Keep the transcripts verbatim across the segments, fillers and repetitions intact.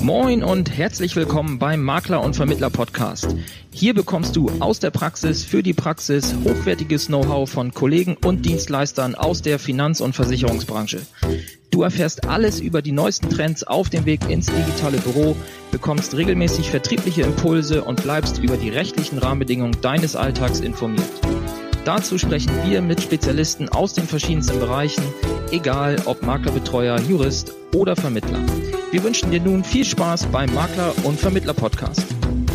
Moin und herzlich willkommen beim Makler und Vermittler Podcast. Hier bekommst du aus der Praxis für die Praxis hochwertiges Know-how von Kollegen und Dienstleistern aus der Finanz- und Versicherungsbranche. Du erfährst alles über die neuesten Trends auf dem Weg ins digitale Büro, bekommst regelmäßig vertriebliche Impulse und bleibst über die rechtlichen Rahmenbedingungen deines Alltags informiert. Dazu sprechen wir mit Spezialisten aus den verschiedensten Bereichen, egal ob Maklerbetreuer, Jurist oder Vermittler. Wir wünschen dir nun viel Spaß beim Makler- und Vermittler-Podcast.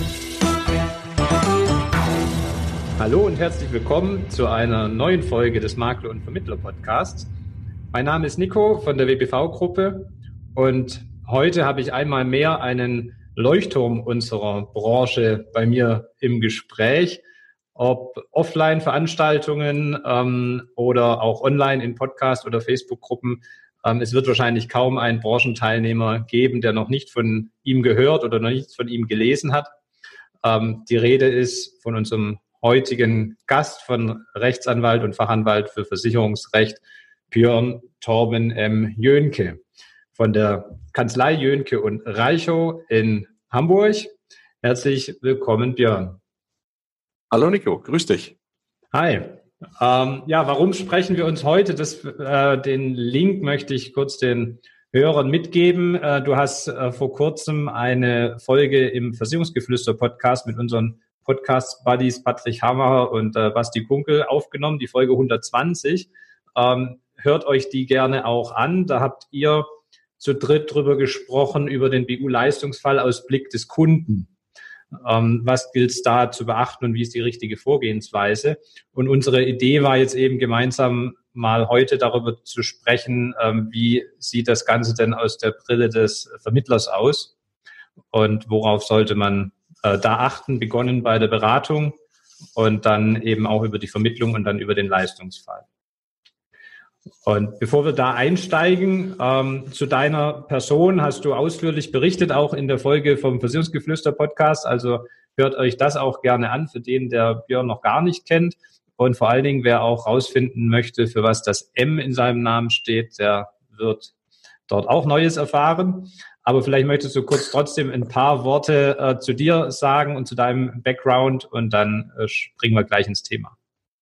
Hallo und herzlich willkommen zu einer neuen Folge des Makler- und Vermittler-Podcasts. Mein Name ist Nico von der W P V-Gruppe und heute habe ich einmal mehr einen Leuchtturm unserer Branche bei mir im Gespräch. Ob Offline-Veranstaltungen ähm, oder auch online in Podcast- oder Facebook-Gruppen. Ähm, es wird wahrscheinlich kaum einen Branchenteilnehmer geben, der noch nicht von ihm gehört oder noch nichts von ihm gelesen hat. Ähm, die Rede ist von unserem heutigen Gast, von Rechtsanwalt und Fachanwalt für Versicherungsrecht, Björn Torben M. Jönke von der Kanzlei Jönke und Reichow in Hamburg. Herzlich willkommen, Björn. Hallo Nico, grüß dich. Hi. Ähm, ja, warum sprechen wir uns heute? Das, äh, den Link möchte ich kurz den Hörern mitgeben. Äh, du hast äh, vor kurzem eine Folge im Versicherungsgeflüster-Podcast mit unseren Podcast-Buddies Patrick Hammer und äh, Basti Kunkel aufgenommen, die Folge hundertzwanzig. Ähm, hört euch die gerne auch an. Da habt ihr zu dritt drüber gesprochen, über den B U-Leistungsfall aus Blick des Kunden. Ähm, was gilt es da zu beachten und wie ist die richtige Vorgehensweise? Und unsere Idee war jetzt eben gemeinsam mal heute darüber zu sprechen, ähm, wie sieht das Ganze denn aus der Brille des Vermittlers aus und worauf sollte man äh, da achten, begonnen bei der Beratung und dann eben auch über die Vermittlung und dann über den Leistungsfall. Und bevor wir da einsteigen, ähm, zu deiner Person hast du ausführlich berichtet, auch in der Folge vom Versicherungsgeflüster-Podcast. Also hört euch das auch gerne an, für den, der Björn noch gar nicht kennt. Und vor allen Dingen, wer auch rausfinden möchte, für was das M in seinem Namen steht, der wird dort auch Neues erfahren. Aber vielleicht möchtest du kurz trotzdem ein paar Worte äh, zu dir sagen und zu deinem Background und dann äh, springen wir gleich ins Thema.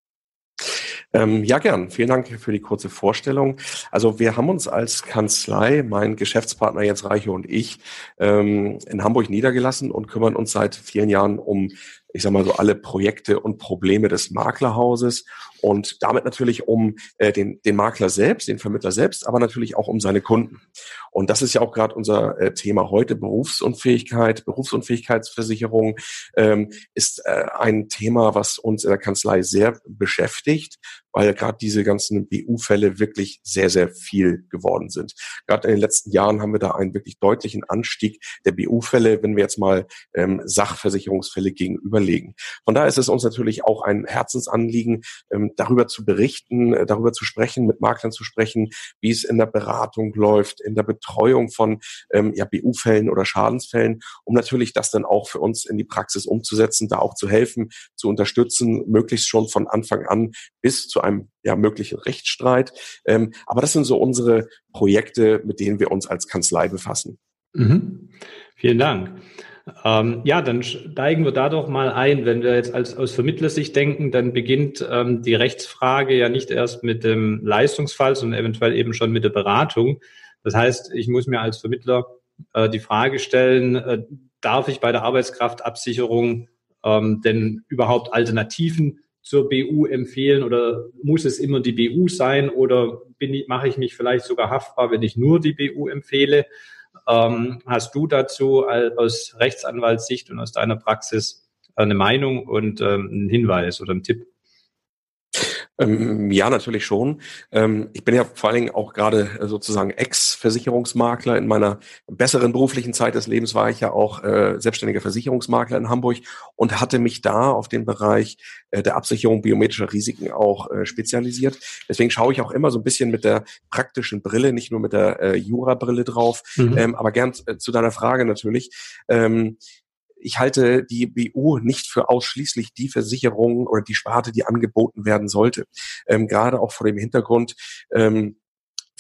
Ähm, ja, gern. Vielen Dank für die kurze Vorstellung. Also wir haben uns als Kanzlei, mein Geschäftspartner Jens Reichow und ich, ähm, in Hamburg niedergelassen und kümmern uns seit vielen Jahren um, ich sag mal so, alle Projekte und Probleme des Maklerhauses und damit natürlich um äh, den, den Makler selbst, den Vermittler selbst, aber natürlich auch um seine Kunden. Und das ist ja auch gerade unser äh, Thema heute, Berufsunfähigkeit, Berufsunfähigkeitsversicherung ähm, ist äh, ein Thema, was uns in der Kanzlei sehr beschäftigt, weil gerade diese ganzen B U-Fälle wirklich sehr, sehr viel geworden sind. Gerade in den letzten Jahren haben wir da einen wirklich deutlichen Anstieg der B U-Fälle, wenn wir jetzt mal ähm, Sachversicherungsfälle gegenüberlegen. Von daher ist es uns natürlich auch ein Herzensanliegen, ähm, darüber zu berichten, äh, darüber zu sprechen, mit Maklern zu sprechen, wie es in der Beratung läuft, in der Betreuung von ähm, ja, B U-Fällen oder Schadensfällen, um natürlich das dann auch für uns in die Praxis umzusetzen, da auch zu helfen, zu unterstützen, möglichst schon von Anfang an bis zu einem ja, möglichen Rechtsstreit. Ähm, aber das sind so unsere Projekte, mit denen wir uns als Kanzlei befassen. Mhm. Vielen Dank. Ähm, ja, dann steigen wir da doch mal ein. Wenn wir jetzt als, aus Vermittlersicht denken, dann beginnt ähm, die Rechtsfrage ja nicht erst mit dem Leistungsfall, sondern eventuell eben schon mit der Beratung. Das heißt, ich muss mir als Vermittler äh, die Frage stellen, äh, darf ich bei der Arbeitskraftabsicherung ähm, denn überhaupt Alternativen zur B U empfehlen oder muss es immer die B U sein oder bin ich, mache ich mich vielleicht sogar haftbar, wenn ich nur die B U empfehle? Ähm, hast du dazu aus Rechtsanwaltssicht und aus deiner Praxis eine Meinung und ähm, einen Hinweis oder einen Tipp? Ähm, ja, natürlich schon. Ähm, ich bin ja vor allen Dingen auch gerade äh, sozusagen Ex-Versicherungsmakler. In meiner besseren beruflichen Zeit des Lebens war ich ja auch äh, selbstständiger Versicherungsmakler in Hamburg und hatte mich da auf den Bereich äh, der Absicherung biometrischer Risiken auch äh, spezialisiert. Deswegen schaue ich auch immer so ein bisschen mit der praktischen Brille, nicht nur mit der äh, Jura-Brille drauf, mhm. ähm, aber gern äh, zu deiner Frage natürlich. Ähm, Ich halte die B U nicht für ausschließlich die Versicherung oder die Sparte, die angeboten werden sollte. Ähm, gerade auch vor dem Hintergrund, ähm,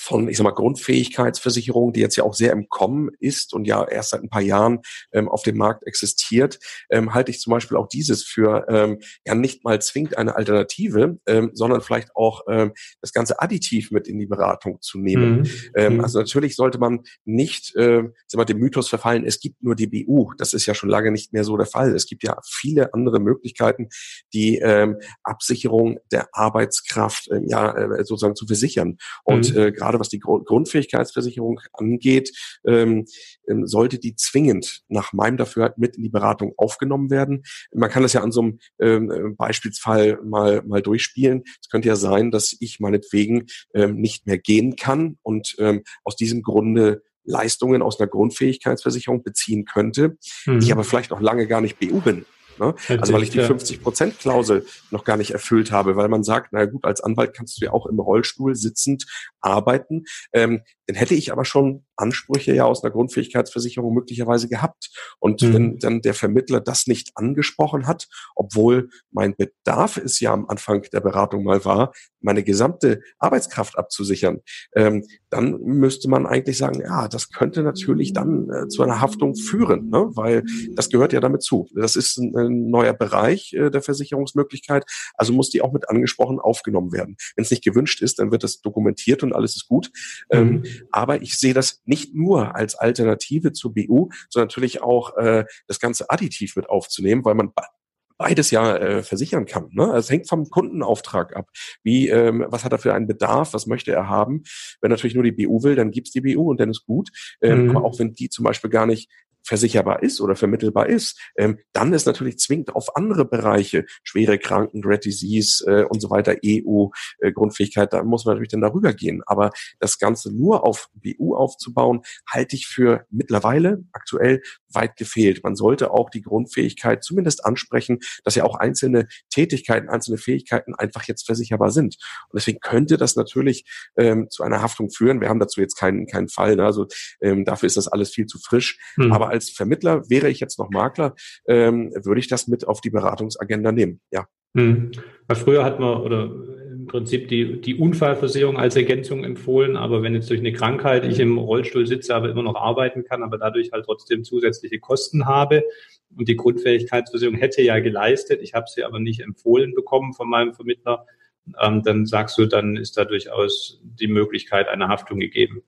von, ich sag mal, Grundfähigkeitsversicherung, die jetzt ja auch sehr im Kommen ist und ja erst seit ein paar Jahren ähm, auf dem Markt existiert, ähm, halte ich zum Beispiel auch dieses für ähm, ja nicht mal zwingend eine Alternative, ähm, sondern vielleicht auch ähm, das Ganze additiv mit in die Beratung zu nehmen. Mhm. Ähm, Mhm. also natürlich sollte man nicht äh, sag mal, dem Mythos verfallen, es gibt nur die B U. Das ist ja schon lange nicht mehr so der Fall. Es gibt ja viele andere Möglichkeiten, die ähm, Absicherung der Arbeitskraft äh, ja äh, sozusagen zu versichern. Und Mhm. äh, gerade was die Grund- Grundfähigkeitsversicherung angeht, ähm, ähm, sollte die zwingend nach meinem Dafürhalten mit in die Beratung aufgenommen werden. Man kann das ja an so einem ähm, Beispielsfall mal mal durchspielen. Es könnte ja sein, dass ich meinetwegen ähm, nicht mehr gehen kann und ähm, aus diesem Grunde Leistungen aus einer Grundfähigkeitsversicherung beziehen könnte, ich aber Mhm. vielleicht noch lange gar nicht B U bin. Ne? Also weil ich Richtig, die ja. fünfzig-Prozent-Klausel noch gar nicht erfüllt habe, weil man sagt, na gut, als Anwalt kannst du ja auch im Rollstuhl sitzend arbeiten. Ähm, dann hätte ich aber schon Ansprüche ja aus einer Grundfähigkeitsversicherung möglicherweise gehabt. Und wenn Mhm. dann der Vermittler das nicht angesprochen hat, obwohl mein Bedarf es ja am Anfang der Beratung mal war, meine gesamte Arbeitskraft abzusichern, ähm, dann müsste man eigentlich sagen, ja, das könnte natürlich dann äh, zu einer Haftung führen, ne? Weil das gehört ja damit zu. Das ist ein, ein neuer Bereich äh, der Versicherungsmöglichkeit, also muss die auch mit angesprochen aufgenommen werden. Wenn es nicht gewünscht ist, dann wird das dokumentiert und alles ist gut. Ähm, Mhm. aber ich sehe das nicht nur als Alternative zur B U, sondern natürlich auch äh, das Ganze additiv mit aufzunehmen, weil man beides ja äh, versichern kann. Ne? Also es hängt vom Kundenauftrag ab. Wie, ähm, was hat er für einen Bedarf? Was möchte er haben? Wenn er natürlich nur die B U will, dann gibt's die B U und dann ist gut. Ähm, aber auch Mhm. wenn die zum Beispiel gar nicht versicherbar ist oder vermittelbar ist, ähm, dann ist natürlich zwingend auf andere Bereiche, schwere Kranken, Rare Disease äh, und so weiter, E U, äh, Grundfähigkeit, da muss man natürlich dann darüber gehen. Aber das Ganze nur auf B U aufzubauen, halte ich für mittlerweile aktuell weit gefehlt. Man sollte auch die Grundfähigkeit zumindest ansprechen, dass ja auch einzelne Tätigkeiten, einzelne Fähigkeiten einfach jetzt versicherbar sind. Und deswegen könnte das natürlich ähm, zu einer Haftung führen. Wir haben dazu jetzt keinen keinen Fall, ne? Also ähm, dafür ist das alles viel zu frisch. Aber Mhm. als Vermittler, wäre ich jetzt noch Makler, ähm, würde ich das mit auf die Beratungsagenda nehmen. Ja. Mhm. Weil früher hat man oder im Prinzip die, die Unfallversicherung als Ergänzung empfohlen, aber wenn jetzt durch eine Krankheit ich im Rollstuhl sitze, aber immer noch arbeiten kann, aber dadurch halt trotzdem zusätzliche Kosten habe und die Grundfähigkeitsversicherung hätte ja geleistet, ich habe sie aber nicht empfohlen bekommen von meinem Vermittler, ähm, dann sagst du, dann ist da durchaus die Möglichkeit einer Haftung gegeben.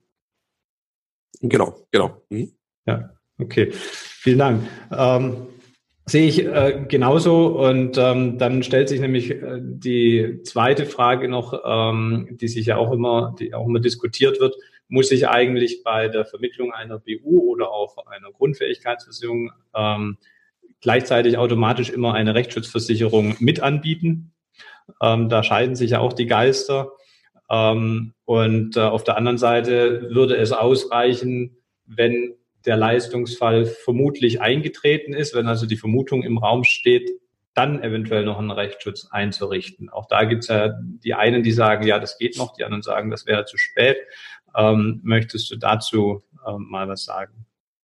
Genau, genau. Mhm. Ja, okay. Vielen Dank. Ähm, sehe ich äh, genauso. Und ähm, dann stellt sich nämlich äh, die zweite Frage noch, ähm, die sich ja auch immer, die auch immer diskutiert wird. Muss ich eigentlich bei der Vermittlung einer B U oder auch einer Grundfähigkeitsversicherung ähm, gleichzeitig automatisch immer eine Rechtsschutzversicherung mit anbieten? Ähm, da scheiden sich ja auch die Geister. Ähm, und äh, auf der anderen Seite würde es ausreichen, wenn der Leistungsfall vermutlich eingetreten ist, wenn also die Vermutung im Raum steht, dann eventuell noch einen Rechtsschutz einzurichten. Auch da gibt es ja die einen, die sagen, ja, das geht noch, die anderen sagen, das wäre zu spät. Ähm, möchtest du dazu ähm, mal was sagen?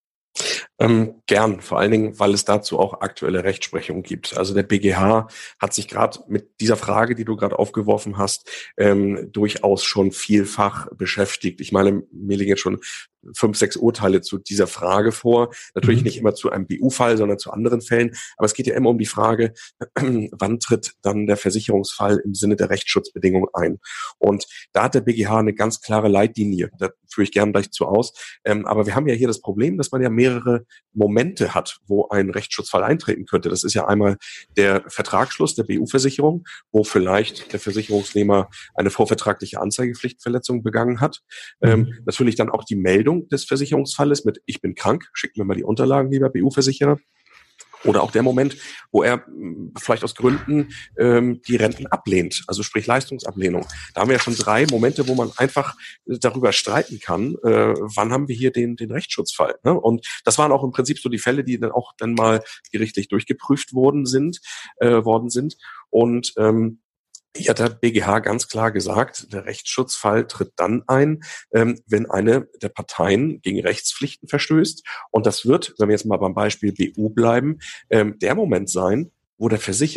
Ähm, gern, vor allen Dingen, weil es dazu auch aktuelle Rechtsprechung gibt. Also der B G H hat sich gerade mit dieser Frage, die du gerade aufgeworfen hast, ähm, durchaus schon vielfach beschäftigt. Ich meine, mir liegen jetzt schon fünf, sechs Urteile zu dieser Frage vor. Natürlich nicht Mhm. immer zu einem B U-Fall, sondern zu anderen Fällen. Aber es geht ja immer um die Frage, wann tritt dann der Versicherungsfall im Sinne der Rechtsschutzbedingungen ein? Und da hat der B G H eine ganz klare Leitlinie. Da führe ich gerne gleich zu aus. Ähm, aber wir haben ja hier das Problem, dass man ja mehrere Momente hat, wo ein Rechtsschutzfall eintreten könnte. Das ist ja einmal der Vertragsschluss der B U-Versicherung, wo vielleicht der Versicherungsnehmer eine vorvertragliche Anzeigepflichtverletzung begangen hat. Ähm, Mhm. natürlich dann auch die Meldung des Versicherungsfalles mit "Ich bin krank, schickt mir mal die Unterlagen, lieber B U-Versicherer." Oder auch der Moment, wo er mh, vielleicht aus Gründen ähm, die Renten ablehnt, also sprich Leistungsablehnung. Da haben wir ja schon drei Momente, wo man einfach äh, darüber streiten kann, äh, wann haben wir hier den, den Rechtsschutzfall. Ne? Und das waren auch im Prinzip so die Fälle, die dann auch dann mal gerichtlich durchgeprüft worden sind, äh, worden sind. Und ähm, hier hat der B G H ganz klar gesagt, der Rechtsschutzfall tritt dann ein, ähm, wenn eine der Parteien gegen Rechtspflichten verstößt. Und das wird, wenn wir jetzt mal beim Beispiel B U bleiben, ähm, der Moment sein, wo der Versicherer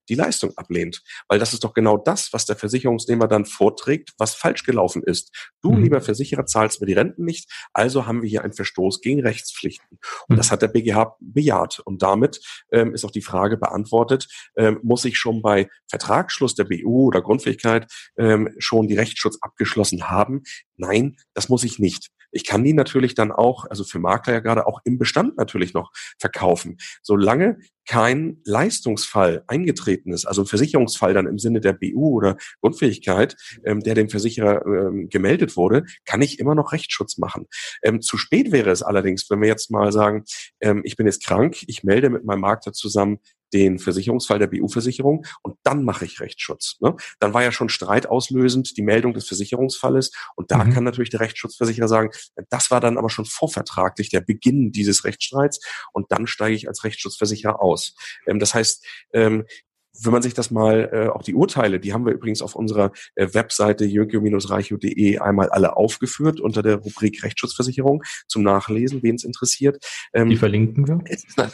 die Leistung ablehnt. Weil das ist doch genau das, was der Versicherungsnehmer dann vorträgt, was falsch gelaufen ist. Du, mhm. lieber Versicherer, zahlst mir die Renten nicht, also haben wir hier einen Verstoß gegen Rechtspflichten. Und mhm. das hat der B G H bejaht. Und damit ähm, ist auch die Frage beantwortet, ähm, muss ich schon bei Vertragsschluss der B U oder Grundfähigkeit ähm, schon die Rechtsschutz abgeschlossen haben? Nein, das muss ich nicht. Ich kann die natürlich dann auch, also für Makler ja gerade auch im Bestand natürlich noch verkaufen. Solange kein Leistungsfall eingetreten ist, also ein Versicherungsfall dann im Sinne der B U oder Grundfähigkeit, ähm, der dem Versicherer ähm, gemeldet wurde, kann ich immer noch Rechtsschutz machen. Ähm, zu spät wäre es allerdings, wenn wir jetzt mal sagen, ähm, ich bin jetzt krank, ich melde mit meinem Makler zusammen den Versicherungsfall der B U-Versicherung und dann mache ich Rechtsschutz. Ne? Dann war ja schon streitauslösend die Meldung des Versicherungsfalles und da mhm. kann natürlich der Rechtsschutzversicherer sagen, das war dann aber schon vorvertraglich der Beginn dieses Rechtsstreits und dann steige ich als Rechtsschutzversicherer aus. Ähm, das heißt, ähm, wenn man sich das mal, äh, auch die Urteile, die haben wir übrigens auf unserer äh, Webseite jönke Reichow punkt de einmal alle aufgeführt unter der Rubrik Rechtsschutzversicherung zum Nachlesen, wen es interessiert. Ähm, die verlinken wir.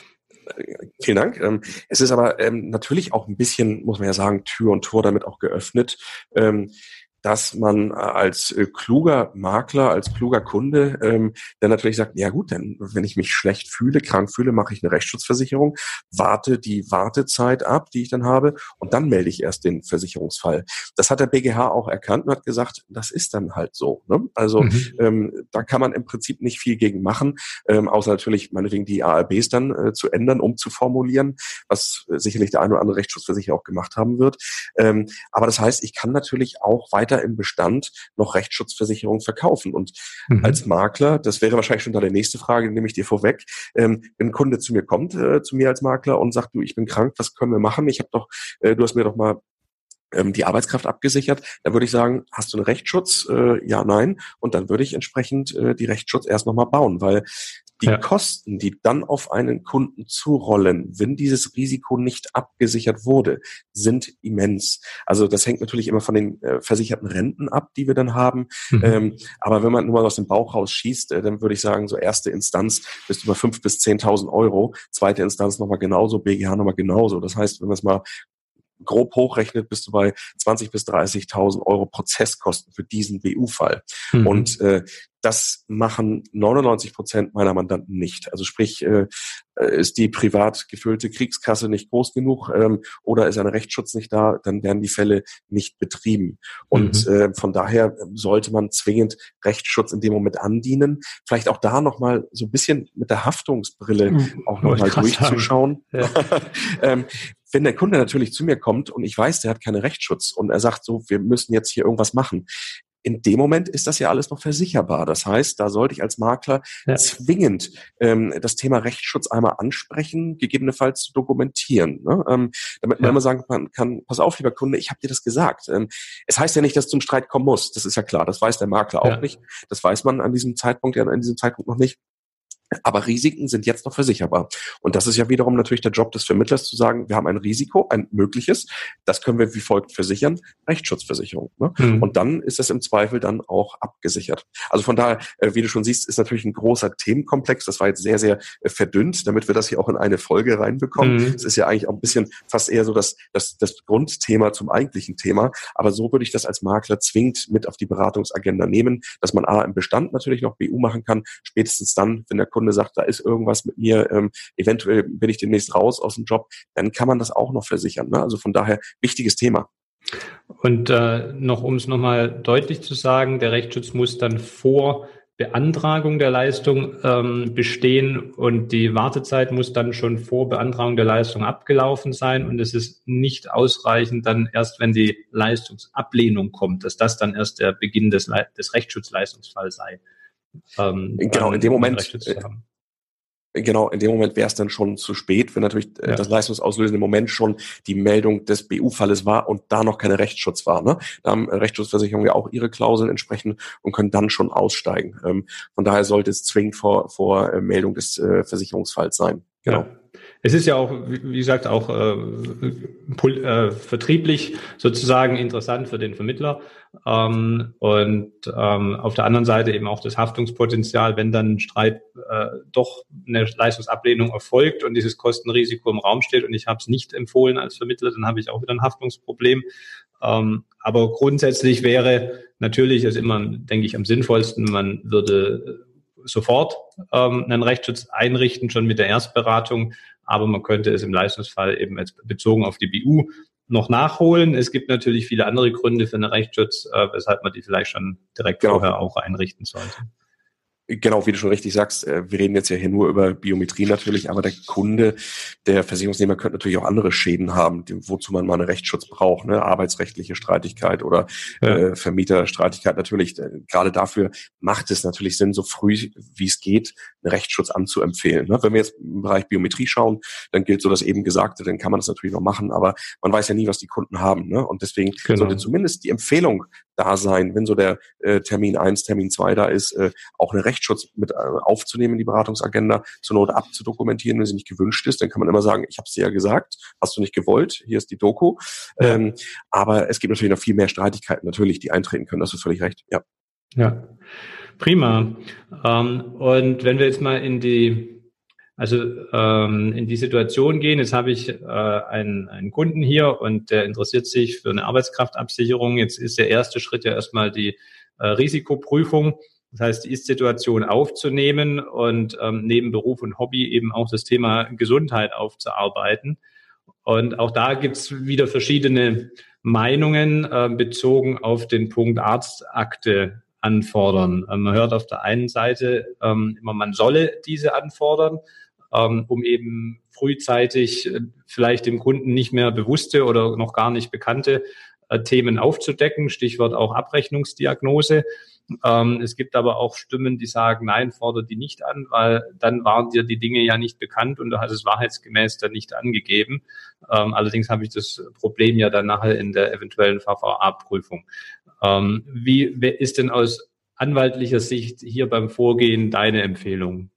Vielen Dank. Ähm, es ist aber ähm, natürlich auch ein bisschen, muss man ja sagen, Tür und Tor damit auch geöffnet, ähm, dass man als äh, kluger Makler, als kluger Kunde ähm, dann natürlich sagt, ja gut, denn wenn ich mich schlecht fühle, krank fühle, mache ich eine Rechtsschutzversicherung, warte die Wartezeit ab, die ich dann habe und dann melde ich erst den Versicherungsfall. Das hat der B G H auch erkannt und hat gesagt, das ist dann halt so. Ne? Also mhm. ähm, da kann man im Prinzip nicht viel gegen machen, ähm, außer natürlich meinetwegen die A R Bs dann äh, zu ändern, umzuformulieren, was äh, sicherlich der eine oder andere Rechtsschutzversicherer auch gemacht haben wird. Ähm, aber das heißt, ich kann natürlich auch weiter im Bestand noch Rechtsschutzversicherungen verkaufen. Und mhm. als Makler, das wäre wahrscheinlich schon da die nächste Frage, die nehme ich dir vorweg, ähm, wenn ein Kunde zu mir kommt, äh, zu mir als Makler und sagt, du, ich bin krank, was können wir machen? Ich habe doch, äh, du hast mir doch mal ähm, die Arbeitskraft abgesichert, dann würde ich sagen, hast du einen Rechtsschutz? Äh, ja, nein. Und dann würde ich entsprechend äh, die Rechtsschutz erst nochmal bauen, weil die ja. Kosten, die dann auf einen Kunden zurollen, wenn dieses Risiko nicht abgesichert wurde, sind immens. Also das hängt natürlich immer von den äh, versicherten Renten ab, die wir dann haben. Mhm. Ähm, aber wenn man nur mal aus dem Bauch rausschießt, äh, dann würde ich sagen, so erste Instanz bist du bei fünf bis zehntausend Euro, zweite Instanz nochmal genauso, B G H nochmal genauso. Das heißt, wenn wir es mal grob hochrechnet, bist du bei zwanzigtausend bis dreißigtausend Euro Prozesskosten für diesen B U-Fall. Mhm. Und äh, das machen neunundneunzig Prozent meiner Mandanten nicht. Also sprich, äh, ist die privat gefüllte Kriegskasse nicht groß genug ähm, oder ist ein Rechtsschutz nicht da, dann werden die Fälle nicht betrieben. Und mhm. äh, von daher sollte man zwingend Rechtsschutz in dem Moment andienen. Vielleicht auch da nochmal so ein bisschen mit der Haftungsbrille mhm. auch nochmal durchzuschauen. Ja. ähm, Wenn der Kunde natürlich zu mir kommt und ich weiß, der hat keinen Rechtsschutz und er sagt so, wir müssen jetzt hier irgendwas machen. In dem Moment ist das ja alles noch versicherbar. Das heißt, da sollte ich als Makler ja. zwingend ähm, das Thema Rechtsschutz einmal ansprechen, gegebenenfalls zu dokumentieren, ne? ähm, damit man ja. immer sagen kann, pass auf, lieber Kunde, ich habe dir das gesagt. Ähm, es heißt ja nicht, dass es zum Streit kommen muss. Das ist ja klar. Das weiß der Makler auch ja. nicht. Das weiß man an diesem Zeitpunkt ja an diesem Zeitpunkt noch nicht. Aber Risiken sind jetzt noch versicherbar. Und das ist ja wiederum natürlich der Job des Vermittlers, zu sagen, wir haben ein Risiko, ein mögliches, das können wir wie folgt versichern, Rechtsschutzversicherung. Ne? Mhm. Und dann ist es im Zweifel dann auch abgesichert. Also von daher, äh, wie du schon siehst, ist natürlich ein großer Themenkomplex. Das war jetzt sehr, sehr äh, verdünnt, damit wir das hier auch in eine Folge reinbekommen. Es mhm. ist ja eigentlich auch ein bisschen fast eher so das, das, das Grundthema zum eigentlichen Thema. Aber so würde ich das als Makler zwingend mit auf die Beratungsagenda nehmen, dass man A, im Bestand natürlich noch B U machen kann, spätestens dann, wenn der Kunde sagt, da ist irgendwas mit mir, ähm, eventuell bin ich demnächst raus aus dem Job, dann kann man das auch noch versichern. Ne? Also von daher wichtiges Thema. Und äh, noch, um es nochmal deutlich zu sagen, der Rechtsschutz muss dann vor Beantragung der Leistung ähm, bestehen und die Wartezeit muss dann schon vor Beantragung der Leistung abgelaufen sein und es ist nicht ausreichend dann erst, wenn die Leistungsablehnung kommt, dass das dann erst der Beginn des, Le- des Rechtsschutzleistungsfalls sei. Ähm, genau, in dem Moment, äh, genau, in dem Moment wäre es dann schon zu spät, wenn natürlich äh, ja. das leistungsauslösende Moment schon die Meldung des B U-Falles war und da noch keine Rechtsschutz war. Ne? Da haben Rechtsschutzversicherungen ja auch ihre Klauseln entsprechend und können dann schon aussteigen. Ähm, von daher sollte es zwingend vor, vor äh, Meldung des äh, Versicherungsfalls sein. Genau. Ja. Es ist ja auch, wie gesagt, auch äh, pol- äh, vertrieblich sozusagen interessant für den Vermittler. Ähm, und ähm, auf der anderen Seite eben auch das Haftungspotenzial, wenn dann ein Streit äh, doch eine Leistungsablehnung erfolgt und dieses Kostenrisiko im Raum steht und ich habe es nicht empfohlen als Vermittler, dann habe ich auch wieder ein Haftungsproblem. Ähm, aber grundsätzlich wäre natürlich es immer, denke ich, am sinnvollsten, man würde sofort ähm, einen Rechtsschutz einrichten, schon mit der Erstberatung, aber man könnte es im Leistungsfall eben jetzt bezogen auf die B U noch nachholen. Es gibt natürlich viele andere Gründe für einen Rechtsschutz, äh, weshalb man die vielleicht schon direkt genau. vorher auch einrichten sollte. Genau, wie du schon richtig sagst, wir reden jetzt ja hier nur über Biometrie natürlich, aber der Kunde, der Versicherungsnehmer könnte natürlich auch andere Schäden haben, wozu man mal einen Rechtsschutz braucht, ne? Arbeitsrechtliche Streitigkeit oder ja. äh, Vermieterstreitigkeit natürlich. Gerade dafür macht es natürlich Sinn, so früh wie es geht, einen Rechtsschutz anzuempfehlen. Ne? Wenn wir jetzt im Bereich Biometrie schauen, dann gilt so das eben Gesagte, dann kann man das natürlich noch machen, aber man weiß ja nie, was die Kunden haben. Ne? Und deswegen genau. sollte zumindest die Empfehlung da sein, wenn so der äh, Termin eins, Termin zwei da ist, äh, auch eine Rechtsschutz mit äh, aufzunehmen in die Beratungsagenda, zur Not abzudokumentieren, wenn sie nicht gewünscht ist. Dann kann man immer sagen, ich habe es dir ja gesagt, hast du nicht gewollt, hier ist die Doku. Ja. Ähm, aber es gibt natürlich noch viel mehr Streitigkeiten natürlich, die eintreten können, das ist völlig recht. Ja, ja. Prima. Ähm, und wenn wir jetzt mal in die Also ähm, in die Situation gehen, jetzt habe ich äh, einen, einen Kunden hier und der interessiert sich für eine Arbeitskraftabsicherung. Jetzt ist der erste Schritt ja erstmal die äh, Risikoprüfung. Das heißt, die Ist-Situation aufzunehmen und ähm, neben Beruf und Hobby eben auch das Thema Gesundheit aufzuarbeiten. Und auch da gibt's wieder verschiedene Meinungen äh, bezogen auf den Punkt Arztakte anfordern. Ähm, man hört auf der einen Seite ähm, immer, man solle diese anfordern, ähm, um eben frühzeitig äh, vielleicht dem Kunden nicht mehr bewusste oder noch gar nicht bekannte äh, Themen aufzudecken. Stichwort auch Abrechnungsdiagnose. Ähm, es gibt aber auch Stimmen, die sagen, nein, fordere die nicht an, weil dann waren dir die Dinge ja nicht bekannt und du hast es wahrheitsgemäß dann nicht angegeben. Ähm, allerdings habe ich das Problem ja dann nachher in der eventuellen V V A-Prüfung. Ähm, wie ist denn aus anwaltlicher Sicht hier beim Vorgehen deine Empfehlung?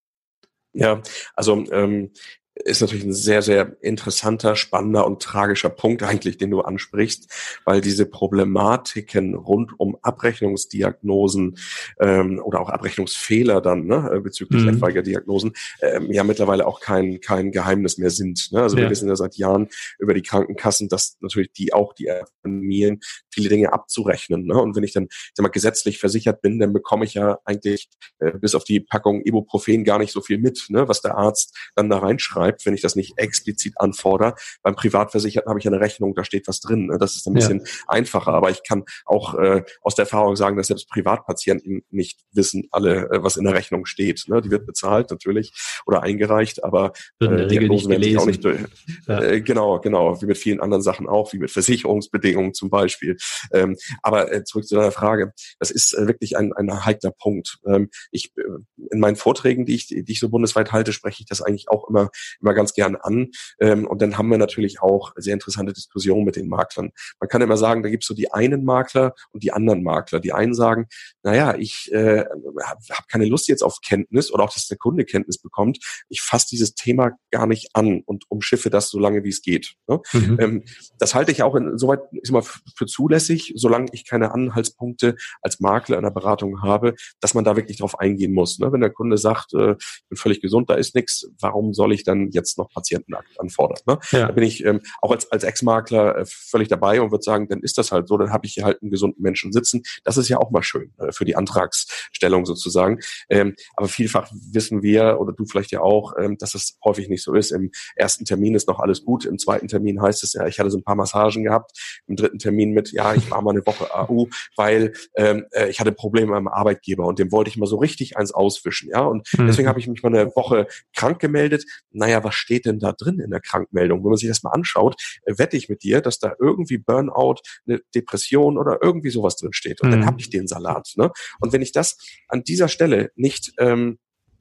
Ja, also ähm, ist natürlich ein sehr, sehr interessanter, spannender und tragischer Punkt eigentlich, den du ansprichst, weil diese Problematiken rund um Abrechnungsdiagnosen ähm, oder auch Abrechnungsfehler dann ne, bezüglich mhm. etwaiger Diagnosen ähm, ja mittlerweile auch kein kein Geheimnis mehr sind. Ne? Also ja. wir wissen ja seit Jahren über die Krankenkassen, dass natürlich die auch die Erfahrungen viele Dinge abzurechnen. Ne? Und wenn ich dann sag mal, gesetzlich versichert bin, dann bekomme ich ja eigentlich äh, bis auf die Packung Ibuprofen gar nicht so viel mit, ne? Was der Arzt dann da reinschreibt, wenn ich das nicht explizit anfordere. Beim Privatversicherten habe ich eine Rechnung, da steht was drin. Ne? Das ist ein bisschen ja. einfacher, aber ich kann auch äh, aus der Erfahrung sagen, dass selbst Privatpatienten nicht wissen alle, äh, was in der Rechnung steht. Ne? Die wird bezahlt natürlich oder eingereicht, aber äh, Diagnosen werden sich auch nicht durch. Ja. Äh, genau, genau, wie mit vielen anderen Sachen auch, wie mit Versicherungsbedingungen zum Beispiel. Ähm, aber äh, zurück zu deiner Frage. Das ist äh, wirklich ein, ein heikler Punkt. Ähm, ich äh, in meinen Vorträgen, die ich, die ich so bundesweit halte, spreche ich das eigentlich auch immer immer ganz gern an. Ähm, und dann haben wir natürlich auch sehr interessante Diskussionen mit den Maklern. Man kann immer sagen, da gibt es so die einen Makler und die anderen Makler. Die einen sagen, naja, ich äh, habe hab keine Lust jetzt auf Kenntnis oder auch, dass der Kunde Kenntnis bekommt. Ich fasse dieses Thema gar nicht an und umschiffe das so lange, wie es geht. Ne? Mhm. Ähm, das halte ich auch insoweit ist immer für zulässig, solange ich keine Anhaltspunkte als Makler in der Beratung habe, dass man da wirklich drauf eingehen muss. Ne? Wenn der Kunde sagt, äh, ich bin völlig gesund, da ist nichts, warum soll ich dann jetzt noch Patientenakt anfordern? Ne? Ja. Da bin ich ähm, auch als, als Ex-Makler äh, völlig dabei und würde sagen, dann ist das halt so, dann habe ich hier halt einen gesunden Menschen sitzen. Das ist ja auch mal schön äh, für die Antragsstellung sozusagen. Ähm, aber vielfach wissen wir, oder du vielleicht ja auch, ähm, dass es häufig nicht so ist. Im ersten Termin ist noch alles gut, im zweiten Termin heißt es ja, ich hatte so ein paar Massagen gehabt, im dritten Termin mit, ja, ich war mal eine Woche A U, weil ähm, äh, ich hatte Probleme mit meinem Arbeitgeber und dem wollte ich mal so richtig eins auswischen, ja, und mhm. deswegen habe ich mich mal eine Woche krank gemeldet. Naja, was steht denn da drin in der Krankmeldung? Wenn man sich das mal anschaut, äh, wette ich mit dir, dass da irgendwie Burnout, eine Depression oder irgendwie sowas drin steht. Und mhm. dann habe ich den Salat. Ne? Und wenn ich das an dieser Stelle nicht ähm,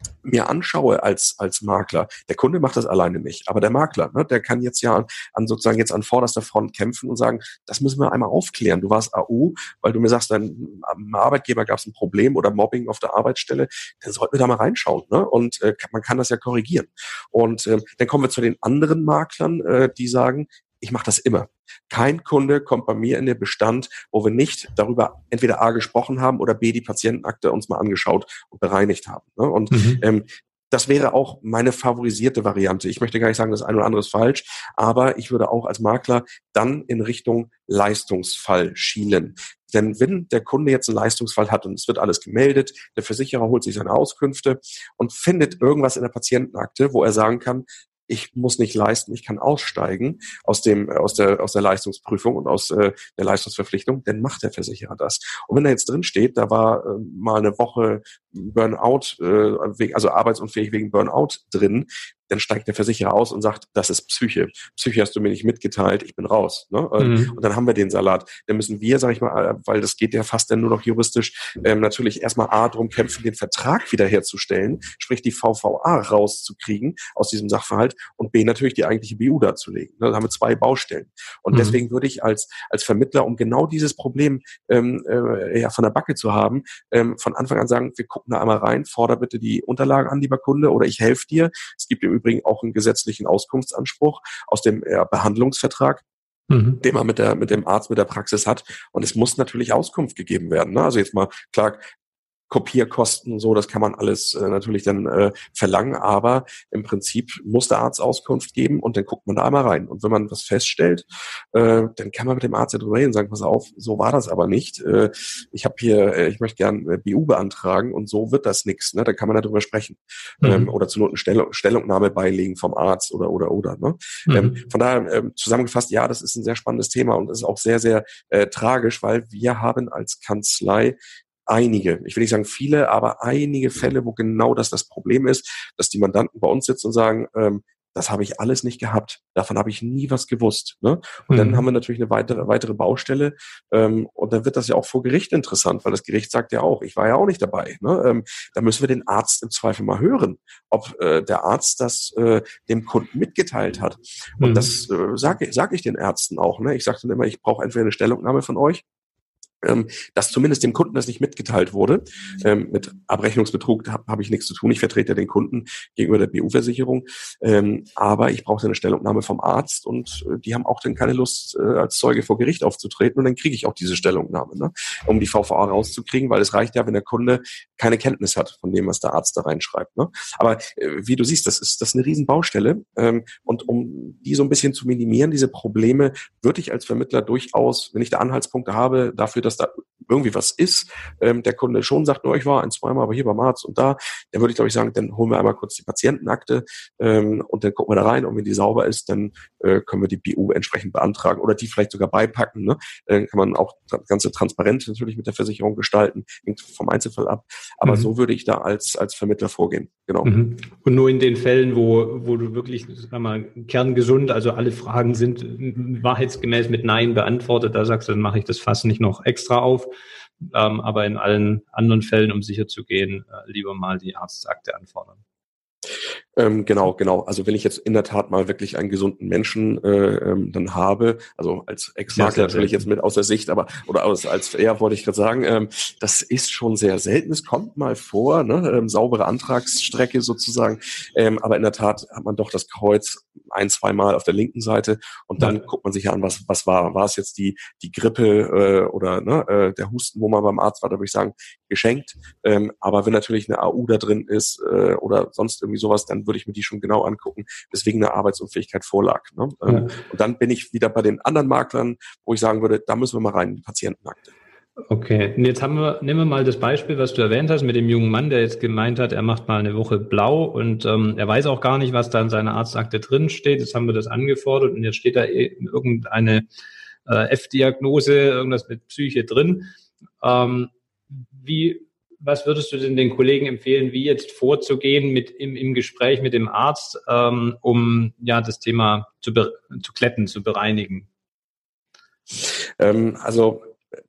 mir anschaue als als Makler, der Kunde macht das alleine nicht, aber der Makler, ne, der kann jetzt ja an, an sozusagen jetzt an vorderster Front kämpfen und sagen, das müssen wir einmal aufklären. Du warst A U, weil du mir sagst, deinem Arbeitgeber gab es ein Problem oder Mobbing auf der Arbeitsstelle, dann sollten wir da mal reinschauen, ne? Und äh, man kann das ja korrigieren. Und äh, dann kommen wir zu den anderen Maklern, äh, die sagen, ich mache das immer. Kein Kunde kommt bei mir in den Bestand, wo wir nicht darüber entweder A gesprochen haben oder B die Patientenakte uns mal angeschaut und bereinigt haben. Ne? Und mhm. ähm, das wäre auch meine favorisierte Variante. Ich möchte gar nicht sagen, das eine oder andere ist falsch, aber ich würde auch als Makler dann in Richtung Leistungsfall schielen. Denn wenn der Kunde jetzt einen Leistungsfall hat und es wird alles gemeldet, der Versicherer holt sich seine Auskünfte und findet irgendwas in der Patientenakte, wo er sagen kann, ich muss nicht leisten, ich kann aussteigen aus dem aus der aus der Leistungsprüfung und aus äh, der Leistungsverpflichtung, dann macht der Versicherer das. Und wenn da jetzt drin steht, da war äh, mal eine Woche Burnout, äh, also arbeitsunfähig wegen Burnout drin, dann steigt der Versicherer aus und sagt, das ist Psyche. Psyche hast du mir nicht mitgeteilt, ich bin raus. Ne? Mhm. Und dann haben wir den Salat. Dann müssen wir, sag ich mal, weil das geht ja fast dann nur noch juristisch, ähm, natürlich erstmal A, drum kämpfen, den Vertrag wiederherzustellen, sprich die V V A rauszukriegen aus diesem Sachverhalt und B, natürlich die eigentliche B U darzulegen. Ne? Da haben wir zwei Baustellen. Und mhm. deswegen würde ich als als Vermittler, um genau dieses Problem ähm, äh, ja, von der Backe zu haben, ähm, von Anfang an sagen, wir gucken da einmal rein, forder bitte die Unterlagen an, lieber Kunde, oder ich helfe dir. Es gibt im Übrigens auch einen gesetzlichen Auskunftsanspruch aus dem äh, Behandlungsvertrag, mhm. den man mit der mit dem Arzt, mit der Praxis hat. Und es muss natürlich Auskunft gegeben werden. Ne? Also jetzt mal klar, Kopierkosten, so, das kann man alles äh, natürlich dann äh, verlangen, aber im Prinzip muss der Arzt Auskunft geben und dann guckt man da einmal rein. Und wenn man was feststellt, äh, dann kann man mit dem Arzt ja drüber reden und sagen, pass auf, so war das aber nicht. Äh, ich habe hier, äh, ich möchte gern äh, B U beantragen und so wird das nichts. Ne? Da kann man darüber sprechen. Mhm. Ähm, oder zur Not eine Stellung, Stellungnahme beilegen vom Arzt oder, oder, oder. Ne? Mhm. Ähm, von daher ähm, zusammengefasst, ja, das ist ein sehr spannendes Thema und ist auch sehr, sehr äh, tragisch, weil wir haben als Kanzlei einige, ich will nicht sagen viele, aber einige Fälle, wo genau das das Problem ist, dass die Mandanten bei uns sitzen und sagen, ähm, das habe ich alles nicht gehabt, davon habe ich nie was gewusst. Ne? Und mhm. dann haben wir natürlich eine weitere weitere Baustelle ähm, und dann wird das ja auch vor Gericht interessant, weil das Gericht sagt ja auch, ich war ja auch nicht dabei. Ne? Ähm, da müssen wir den Arzt im Zweifel mal hören, ob äh, der Arzt das äh, dem Kunden mitgeteilt hat. Und mhm. das äh, sage sag ich den Ärzten auch. Ne? Ich sage dann immer, ich brauche entweder eine Stellungnahme von euch, dass zumindest dem Kunden das nicht mitgeteilt wurde. Ähm, mit Abrechnungsbetrug habe hab ich nichts zu tun. Ich vertrete ja den Kunden gegenüber der B U-Versicherung. Ähm, aber ich brauche eine Stellungnahme vom Arzt und äh, die haben auch dann keine Lust, äh, als Zeuge vor Gericht aufzutreten. Und dann kriege ich auch diese Stellungnahme, ne? Um die V V A rauszukriegen, weil es reicht ja, wenn der Kunde keine Kenntnis hat von dem, was der Arzt da reinschreibt. Ne? Aber äh, wie du siehst, das ist das ist eine riesen Baustelle. Ähm, und um die so ein bisschen zu minimieren, diese Probleme, würde ich als Vermittler durchaus, wenn ich da Anhaltspunkte habe, dafür, dass da irgendwie was ist, ähm, der Kunde schon sagt, nur ich war ein, zweimal, aber hier beim Arzt und da, dann würde ich glaube ich sagen, dann holen wir einmal kurz die Patientenakte ähm, und dann gucken wir da rein und wenn die sauber ist, dann äh, können wir die B U entsprechend beantragen oder die vielleicht sogar beipacken. Ne? Dann kann man auch das Ganze transparent natürlich mit der Versicherung gestalten, hängt vom Einzelfall ab. Aber mhm. so würde ich da als als Vermittler vorgehen. Genau. Mhm. Und nur in den Fällen, wo wo du wirklich, sag mal, kerngesund, also alle Fragen sind wahrheitsgemäß mit Nein beantwortet, da sagst du, dann mache ich das Fass nicht noch extra auf, ähm, aber in allen anderen Fällen, um sicher zu gehen, äh, lieber mal die Arztakte anfordern. Ähm, genau, genau. Also wenn ich jetzt in der Tat mal wirklich einen gesunden Menschen äh, ähm, dann habe, also als Ex-Makler natürlich jetzt mit aus der Sicht, aber oder aus als ja wollte ich gerade sagen, ähm, das ist schon sehr selten. Es kommt mal vor, ne, ähm, saubere Antragsstrecke sozusagen, ähm, aber in der Tat hat man doch das Kreuz ein, zwei Mal auf der linken Seite und dann ja. guckt man sich an, was was war. War es jetzt die die Grippe äh, oder ne, äh, der Husten, wo man beim Arzt war, da würde ich sagen geschenkt. Ähm, aber wenn natürlich eine A U da drin ist äh, oder sonst irgendwie sowas, dann würde ich mir die schon genau angucken, weswegen eine Arbeitsunfähigkeit vorlag. Ne? Ja. Ähm, und dann bin ich wieder bei den anderen Maklern, wo ich sagen würde, da müssen wir mal rein in die Patientenakte. Okay, und jetzt haben wir, nehmen wir mal das Beispiel, was du erwähnt hast, mit dem jungen Mann, der jetzt gemeint hat, er macht mal eine Woche blau und ähm, er weiß auch gar nicht, was da in seiner Arztakte drin steht. Jetzt haben wir das angefordert und jetzt steht da irgendeine äh, F-Diagnose, irgendwas mit Psyche drin. Ähm, wie Was würdest du denn den Kollegen empfehlen, wie jetzt vorzugehen mit im, im Gespräch mit dem Arzt, ähm, um ja das Thema zu, be- zu glätten, zu bereinigen? Ähm, also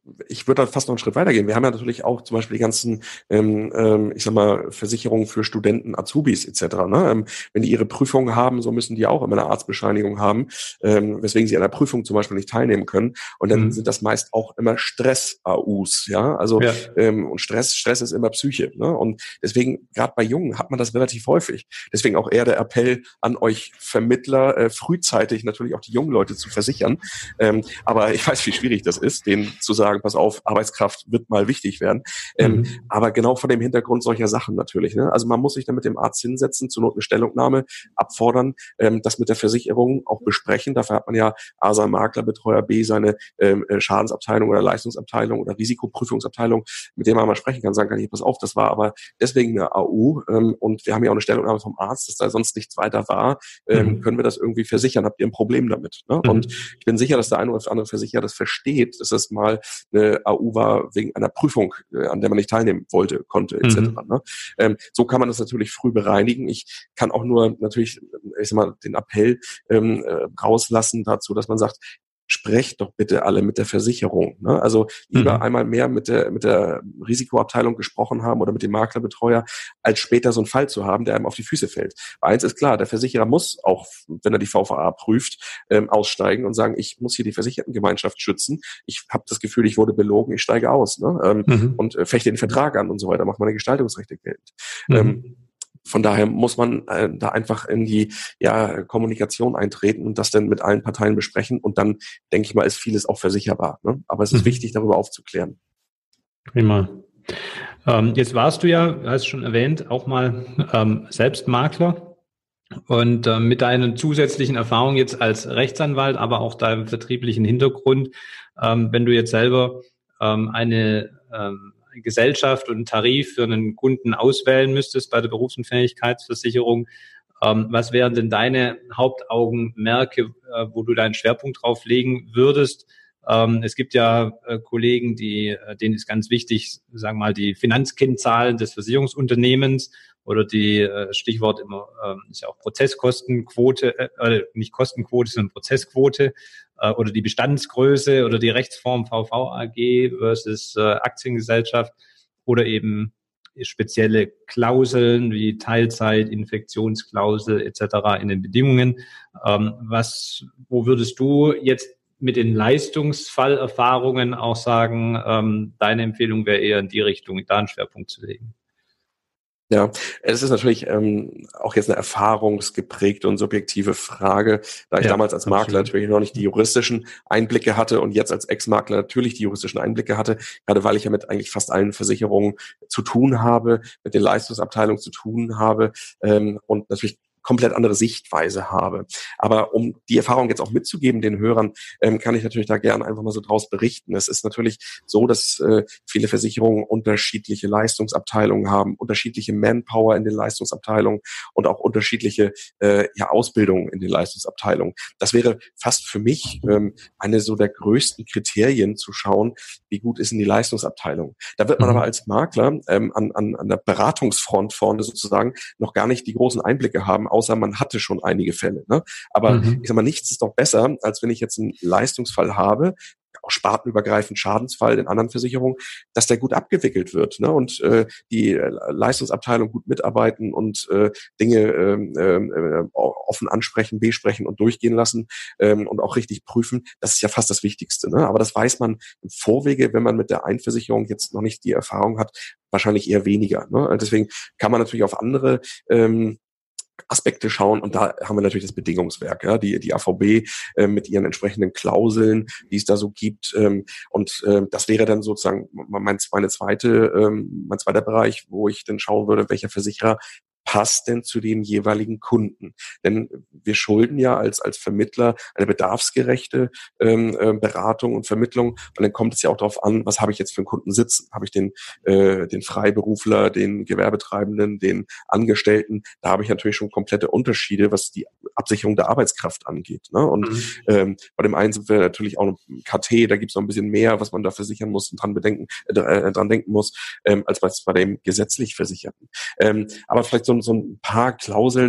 ich würde da fast noch einen Schritt weitergehen. Wir haben ja natürlich auch zum Beispiel die ganzen, ähm, ähm, ich sag mal, Versicherungen für Studenten, Azubis et cetera. Ne? Ähm, wenn die ihre Prüfungen haben, so müssen die auch immer eine Arztbescheinigung haben, ähm, weswegen sie an der Prüfung zum Beispiel nicht teilnehmen können. Und dann mhm. sind das meist auch immer Stress-A Us, ja. Also ja. Ähm, und Stress, Stress ist immer Psyche. Ne? Und deswegen, gerade bei Jungen, hat man das relativ häufig. Deswegen auch eher der Appell an euch Vermittler, äh, frühzeitig natürlich auch die jungen Leute zu versichern. Ähm, aber ich weiß, wie schwierig das ist, denen zu sagen, pass auf, Arbeitskraft wird mal wichtig werden. Ähm, mhm. Aber genau vor dem Hintergrund solcher Sachen natürlich. Ne? Also man muss sich dann mit dem Arzt hinsetzen, zur Not eine Stellungnahme abfordern, ähm, das mit der Versicherung auch besprechen. Dafür hat man ja A S A Maklerbetreuer, B seine ähm, Schadensabteilung oder Leistungsabteilung oder Risikoprüfungsabteilung, mit dem man mal sprechen kann, sagen kann, ich pass auf, das war aber deswegen eine A U ähm, und wir haben ja auch eine Stellungnahme vom Arzt, dass da sonst nichts weiter war, ähm, mhm. können wir das irgendwie versichern? Habt ihr ein Problem damit? Ne? Mhm. Und ich bin sicher, dass der eine oder andere Versicherer das versteht, dass das mal eine A U war wegen einer Prüfung, äh, an der man nicht teilnehmen wollte, konnte, et cetera. Mhm. Ne? Ähm, so kann man das natürlich früh bereinigen. Ich kann auch nur natürlich, ich sag mal, den Appell ähm, äh, rauslassen dazu, dass man sagt, sprecht doch bitte alle mit der Versicherung. Ne? Also lieber mhm. einmal mehr mit der mit der Risikoabteilung gesprochen haben oder mit dem Maklerbetreuer, als später so einen Fall zu haben, der einem auf die Füße fällt. Weil eins ist klar, der Versicherer muss auch, wenn er die V V A prüft, ähm, aussteigen und sagen, ich muss hier die Versichertengemeinschaft schützen. Ich habe das Gefühl, ich wurde belogen, ich steige aus, ne? ähm, mhm. und äh, fechte den Vertrag an und so weiter, macht meine Gestaltungsrechte geltend. Mhm. Ähm, Von daher muss man äh, da einfach in die ja, Kommunikation eintreten und das dann mit allen Parteien besprechen. Und dann, denke ich mal, ist vieles auch versicherbar. Ne? Aber es ist mhm. wichtig, darüber aufzuklären. Prima. Ähm, jetzt warst du ja, hast schon erwähnt, auch mal ähm, selbst Makler. Und äh, mit deinen zusätzlichen Erfahrungen jetzt als Rechtsanwalt, aber auch deinem vertrieblichen Hintergrund, ähm, wenn du jetzt selber ähm, eine ähm, Gesellschaft und einen Tarif für einen Kunden auswählen müsstest bei der Berufsunfähigkeitsversicherung, ähm, was wären denn deine Hauptaugenmerke, äh, wo du deinen Schwerpunkt drauf legen würdest? Ähm, es gibt ja äh, Kollegen, die, äh, denen ist ganz wichtig, sagen wir mal, die Finanzkennzahlen des Versicherungsunternehmens oder die äh, Stichwort immer äh, ist ja auch Prozesskostenquote, äh, nicht Kostenquote, sondern Prozessquote äh, oder die Bestandsgröße oder die Rechtsform V V A G versus äh, Aktiengesellschaft oder eben spezielle Klauseln wie Teilzeit, Infektionsklausel et cetera in den Bedingungen. Ähm, was, wo würdest du jetzt mit den Leistungsfallerfahrungen auch sagen, ähm, deine Empfehlung wäre eher in die Richtung, da einen Schwerpunkt zu legen? Ja, es ist natürlich ähm, auch jetzt eine erfahrungsgeprägte und subjektive Frage, da ich ja, damals als Makler absolut. natürlich noch nicht die juristischen Einblicke hatte und jetzt als Ex-Makler natürlich die juristischen Einblicke hatte, gerade weil ich ja mit eigentlich fast allen Versicherungen zu tun habe, mit den Leistungsabteilungen zu tun habe ähm, und natürlich komplett andere Sichtweise habe. Aber um die Erfahrung jetzt auch mitzugeben den Hörern, ähm, kann ich natürlich da gerne einfach mal so draus berichten. Es ist natürlich so, dass äh, viele Versicherungen unterschiedliche Leistungsabteilungen haben, unterschiedliche Manpower in den Leistungsabteilungen und auch unterschiedliche äh, ja, Ausbildungen in den Leistungsabteilungen. Das wäre fast für mich ähm, eine so der größten Kriterien zu schauen, wie gut ist in die Leistungsabteilung. Da wird man mhm. aber als Makler ähm, an, an, an der Beratungsfront vorne sozusagen noch gar nicht die großen Einblicke haben, außer man hatte schon einige Fälle. Ne? Aber mhm. ich sag mal, nichts ist doch besser, als wenn ich jetzt einen Leistungsfall habe, auch spartenübergreifend Schadensfall in anderen Versicherungen, dass der gut abgewickelt wird, ne? Und äh, die Leistungsabteilung gut mitarbeiten und äh, Dinge äh, äh, offen ansprechen, besprechen und durchgehen lassen äh, und auch richtig prüfen. Das ist ja fast das Wichtigste. Ne? Aber das weiß man im Vorwege, wenn man mit der Einversicherung jetzt noch nicht die Erfahrung hat, wahrscheinlich eher weniger. Ne? Deswegen kann man natürlich auf andere ähm, Aspekte schauen und da haben wir natürlich das Bedingungswerk, ja, die die A V B äh, mit ihren entsprechenden Klauseln, die es da so gibt ähm, und äh, das wäre dann sozusagen mein meine zweite ähm, mein zweiter Bereich, wo ich dann schauen würde, welcher Versicherer passt denn zu den jeweiligen Kunden? Denn wir schulden ja als als Vermittler eine bedarfsgerechte ähm, äh, Beratung und Vermittlung. Und dann kommt es ja auch darauf an, was habe ich jetzt für einen Kunden sitzen? Habe ich den äh, den Freiberufler, den Gewerbetreibenden, den Angestellten? Da habe ich natürlich schon komplette Unterschiede, was die Absicherung der Arbeitskraft angeht. Ne? Und mhm. ähm, bei dem einen sind wir natürlich auch noch K T, da gibt es noch ein bisschen mehr, was man da versichern muss und dran bedenken, äh, dran denken muss, ähm, als bei, bei dem gesetzlich Versicherten. Ähm, aber vielleicht so, so ein paar Klauseln,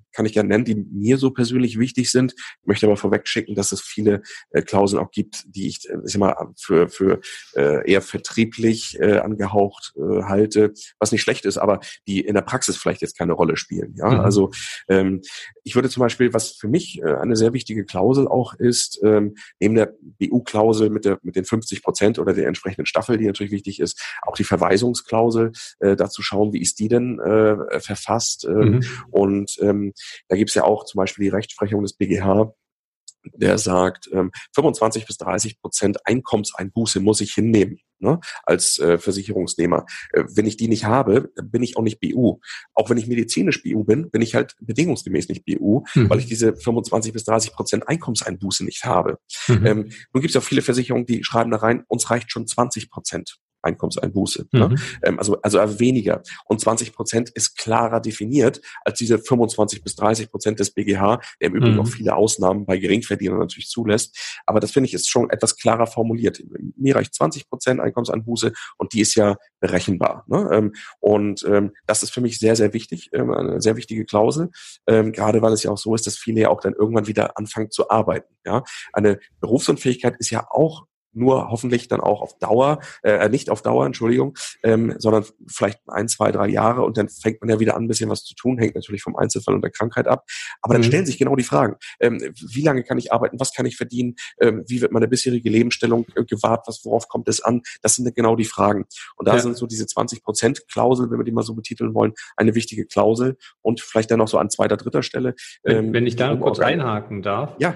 kann ich gerne nennen, die mir so persönlich wichtig sind. Ich möchte aber vorweg schicken, dass es viele äh, Klauseln auch gibt, die ich, äh, ich sag mal, für, für äh, eher vertrieblich äh, angehaucht äh, halte, was nicht schlecht ist, aber die in der Praxis vielleicht jetzt keine Rolle spielen. Ja, mhm. also ähm, ich würde zum Beispiel, was für mich äh, eine sehr wichtige Klausel auch ist, ähm, neben der B U-Klausel mit der mit den fünfzig Prozent oder der entsprechenden Staffel, die natürlich wichtig ist, auch die Verweisungsklausel, äh, dazu schauen, wie ist die denn äh, verfasst. Ähm, mhm. Und ähm, da gibt's ja auch zum Beispiel die Rechtsprechung des B G H, der sagt, ähm, fünfundzwanzig bis dreißig Prozent Einkommenseinbuße muss ich hinnehmen, ne, als äh, Versicherungsnehmer. Äh, wenn ich die nicht habe, dann bin ich auch nicht B U. Auch wenn ich medizinisch B U bin, bin ich halt bedingungsgemäß nicht B U, mhm. weil ich diese fünfundzwanzig bis dreißig Prozent Einkommenseinbuße nicht habe. Mhm. Ähm, nun gibt es auch viele Versicherungen, die schreiben da rein, uns reicht schon zwanzig Prozent. Einkommenseinbuße. Mhm. Ne? Ähm, also, also weniger. Und zwanzig Prozent ist klarer definiert als diese fünfundzwanzig bis dreißig Prozent des B G H, der im Übrigen mhm. auch viele Ausnahmen bei Geringverdienern natürlich zulässt. Aber das finde ich ist schon etwas klarer formuliert. Mir reicht zwanzig Prozent Einkommenseinbuße und die ist ja berechenbar. Ne? Ähm, und ähm, das ist für mich sehr, sehr wichtig, ähm, eine sehr wichtige Klausel, ähm, gerade weil es ja auch so ist, dass viele ja auch dann irgendwann wieder anfangen zu arbeiten. Ja, eine Berufsunfähigkeit ist ja auch nur hoffentlich dann auch auf Dauer, äh, nicht auf Dauer, Entschuldigung, ähm, sondern vielleicht ein, zwei, drei Jahre und dann fängt man ja wieder an, ein bisschen was zu tun, hängt natürlich vom Einzelfall und der Krankheit ab. Aber dann mhm. stellen sich genau die Fragen, ähm, wie lange kann ich arbeiten, was kann ich verdienen, ähm, wie wird meine bisherige Lebensstellung äh, gewahrt, was, worauf kommt es an? Das sind genau die Fragen. Und da ja. sind so diese zwanzig Prozent Klausel, wenn wir die mal so betiteln wollen, eine wichtige Klausel und vielleicht dann noch so an zweiter, dritter Stelle. Ähm, wenn, wenn ich da kurz einhaken darf. Ja.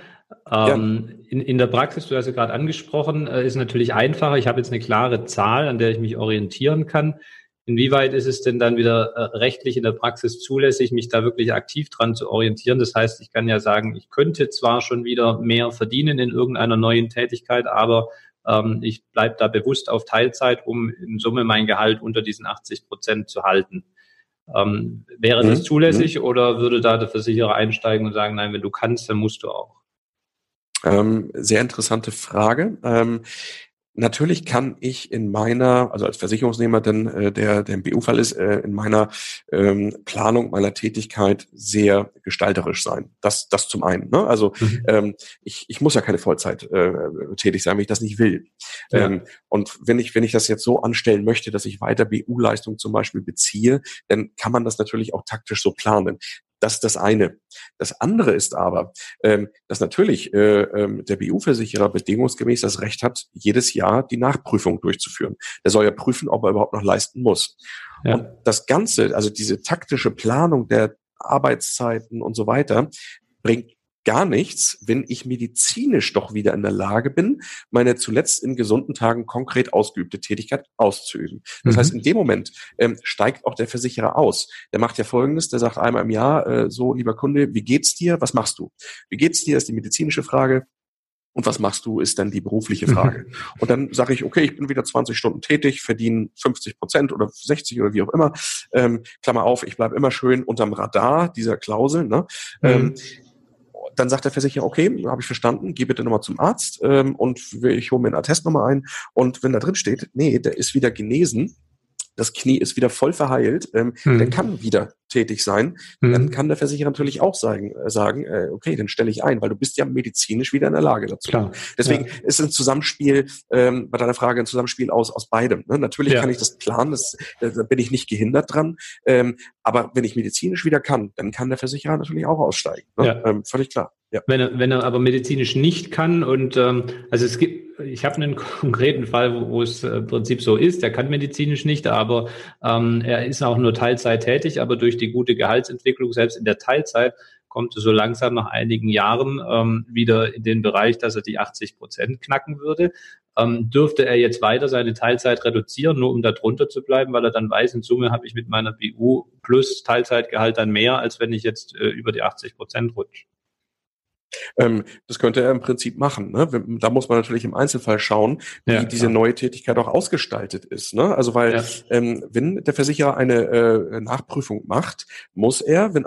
Ähm, in, in der Praxis, du hast ja gerade angesprochen, äh, ist natürlich einfacher. Ich habe jetzt eine klare Zahl, an der ich mich orientieren kann. Inwieweit ist es denn dann wieder äh, rechtlich in der Praxis zulässig, mich da wirklich aktiv dran zu orientieren? Das heißt, ich kann ja sagen, ich könnte zwar schon wieder mehr verdienen in irgendeiner neuen Tätigkeit, aber ähm, ich bleibe da bewusst auf Teilzeit, um in Summe mein Gehalt unter diesen achtzig Prozent zu halten. Ähm, wäre das mhm. zulässig mhm. oder würde da der Versicherer einsteigen und sagen, nein, wenn du kannst, dann musst du auch? Ähm, sehr interessante Frage. Ähm, natürlich kann ich in meiner, also als Versicherungsnehmer, denn äh, der, der im B U-Fall ist, äh, in meiner ähm, Planung meiner Tätigkeit sehr gestalterisch sein. Das, das zum einen. Ne? Also mhm. ähm, ich, ich muss ja keine Vollzeit äh, tätig sein, wenn ich das nicht will. Ja. Ähm, und wenn ich, wenn ich das jetzt so anstellen möchte, dass ich weiter B U-Leistung zum Beispiel beziehe, dann kann man das natürlich auch taktisch so planen. Das ist das eine. Das andere ist aber, ähm, dass natürlich äh, ähm, der B U-Versicherer bedingungsgemäß das Recht hat, jedes Jahr die Nachprüfung durchzuführen. Der soll ja prüfen, ob er überhaupt noch leisten muss. Ja. Und das Ganze, also diese taktische Planung der Arbeitszeiten und so weiter, bringt gar nichts, wenn ich medizinisch doch wieder in der Lage bin, meine zuletzt in gesunden Tagen konkret ausgeübte Tätigkeit auszuüben. Das mhm. heißt, in dem Moment ähm, steigt auch der Versicherer aus. Der macht ja Folgendes, der sagt einmal im Jahr, äh, so, lieber Kunde, wie geht's dir? Was machst du? Wie geht's dir? Ist die medizinische Frage. Und was machst du, ist dann die berufliche Frage. Und dann sage ich, okay, ich bin wieder zwanzig Stunden tätig, verdiene fünfzig Prozent oder sechzig oder wie auch immer. Ähm, Klammer auf, ich bleibe immer schön unterm Radar dieser Klausel. Ne? Mhm. Ähm, Dann sagt der Versicherer, okay, habe ich verstanden, geh bitte nochmal zum Arzt ähm, und ich hole mir einen Attest nochmal ein. Und wenn da drin steht, nee, der ist wieder genesen, das Knie ist wieder voll verheilt, ähm, hm. der kann wieder tätig sein, hm. dann kann der Versicherer natürlich auch sagen, äh, sagen äh, okay, dann stelle ich ein, weil du bist ja medizinisch wieder in der Lage dazu. Klar. Deswegen ja. ist ein Zusammenspiel, ähm, bei deiner Frage ein Zusammenspiel aus aus beidem. Ne? Natürlich ja. kann ich das planen, das, da bin ich nicht gehindert dran, ähm, aber wenn ich medizinisch wieder kann, dann kann der Versicherer natürlich auch aussteigen. Ne? Ja. Ähm, völlig klar. Ja. Wenn er, wenn er aber medizinisch nicht kann und ähm, also es gibt, ich habe einen konkreten Fall, wo, wo es äh, im Prinzip so ist, er kann medizinisch nicht, aber ähm, er ist auch nur Teilzeit tätig, aber durch die gute Gehaltsentwicklung, selbst in der Teilzeit, kommt er so langsam nach einigen Jahren ähm, wieder in den Bereich, dass er die achtzig Prozent knacken würde. Ähm, dürfte er jetzt weiter seine Teilzeit reduzieren, nur um da drunter zu bleiben, weil er dann weiß, in Summe habe ich mit meiner B U plus Teilzeitgehalt dann mehr, als wenn ich jetzt äh, über die achtzig Prozent rutsche. Ähm, das könnte er im Prinzip machen. Ne? Da muss man natürlich im Einzelfall schauen, wie ja, diese neue Tätigkeit auch ausgestaltet ist. Ne? Also weil, ja. ähm, wenn der Versicherer eine äh, Nachprüfung macht, muss er, wenn eine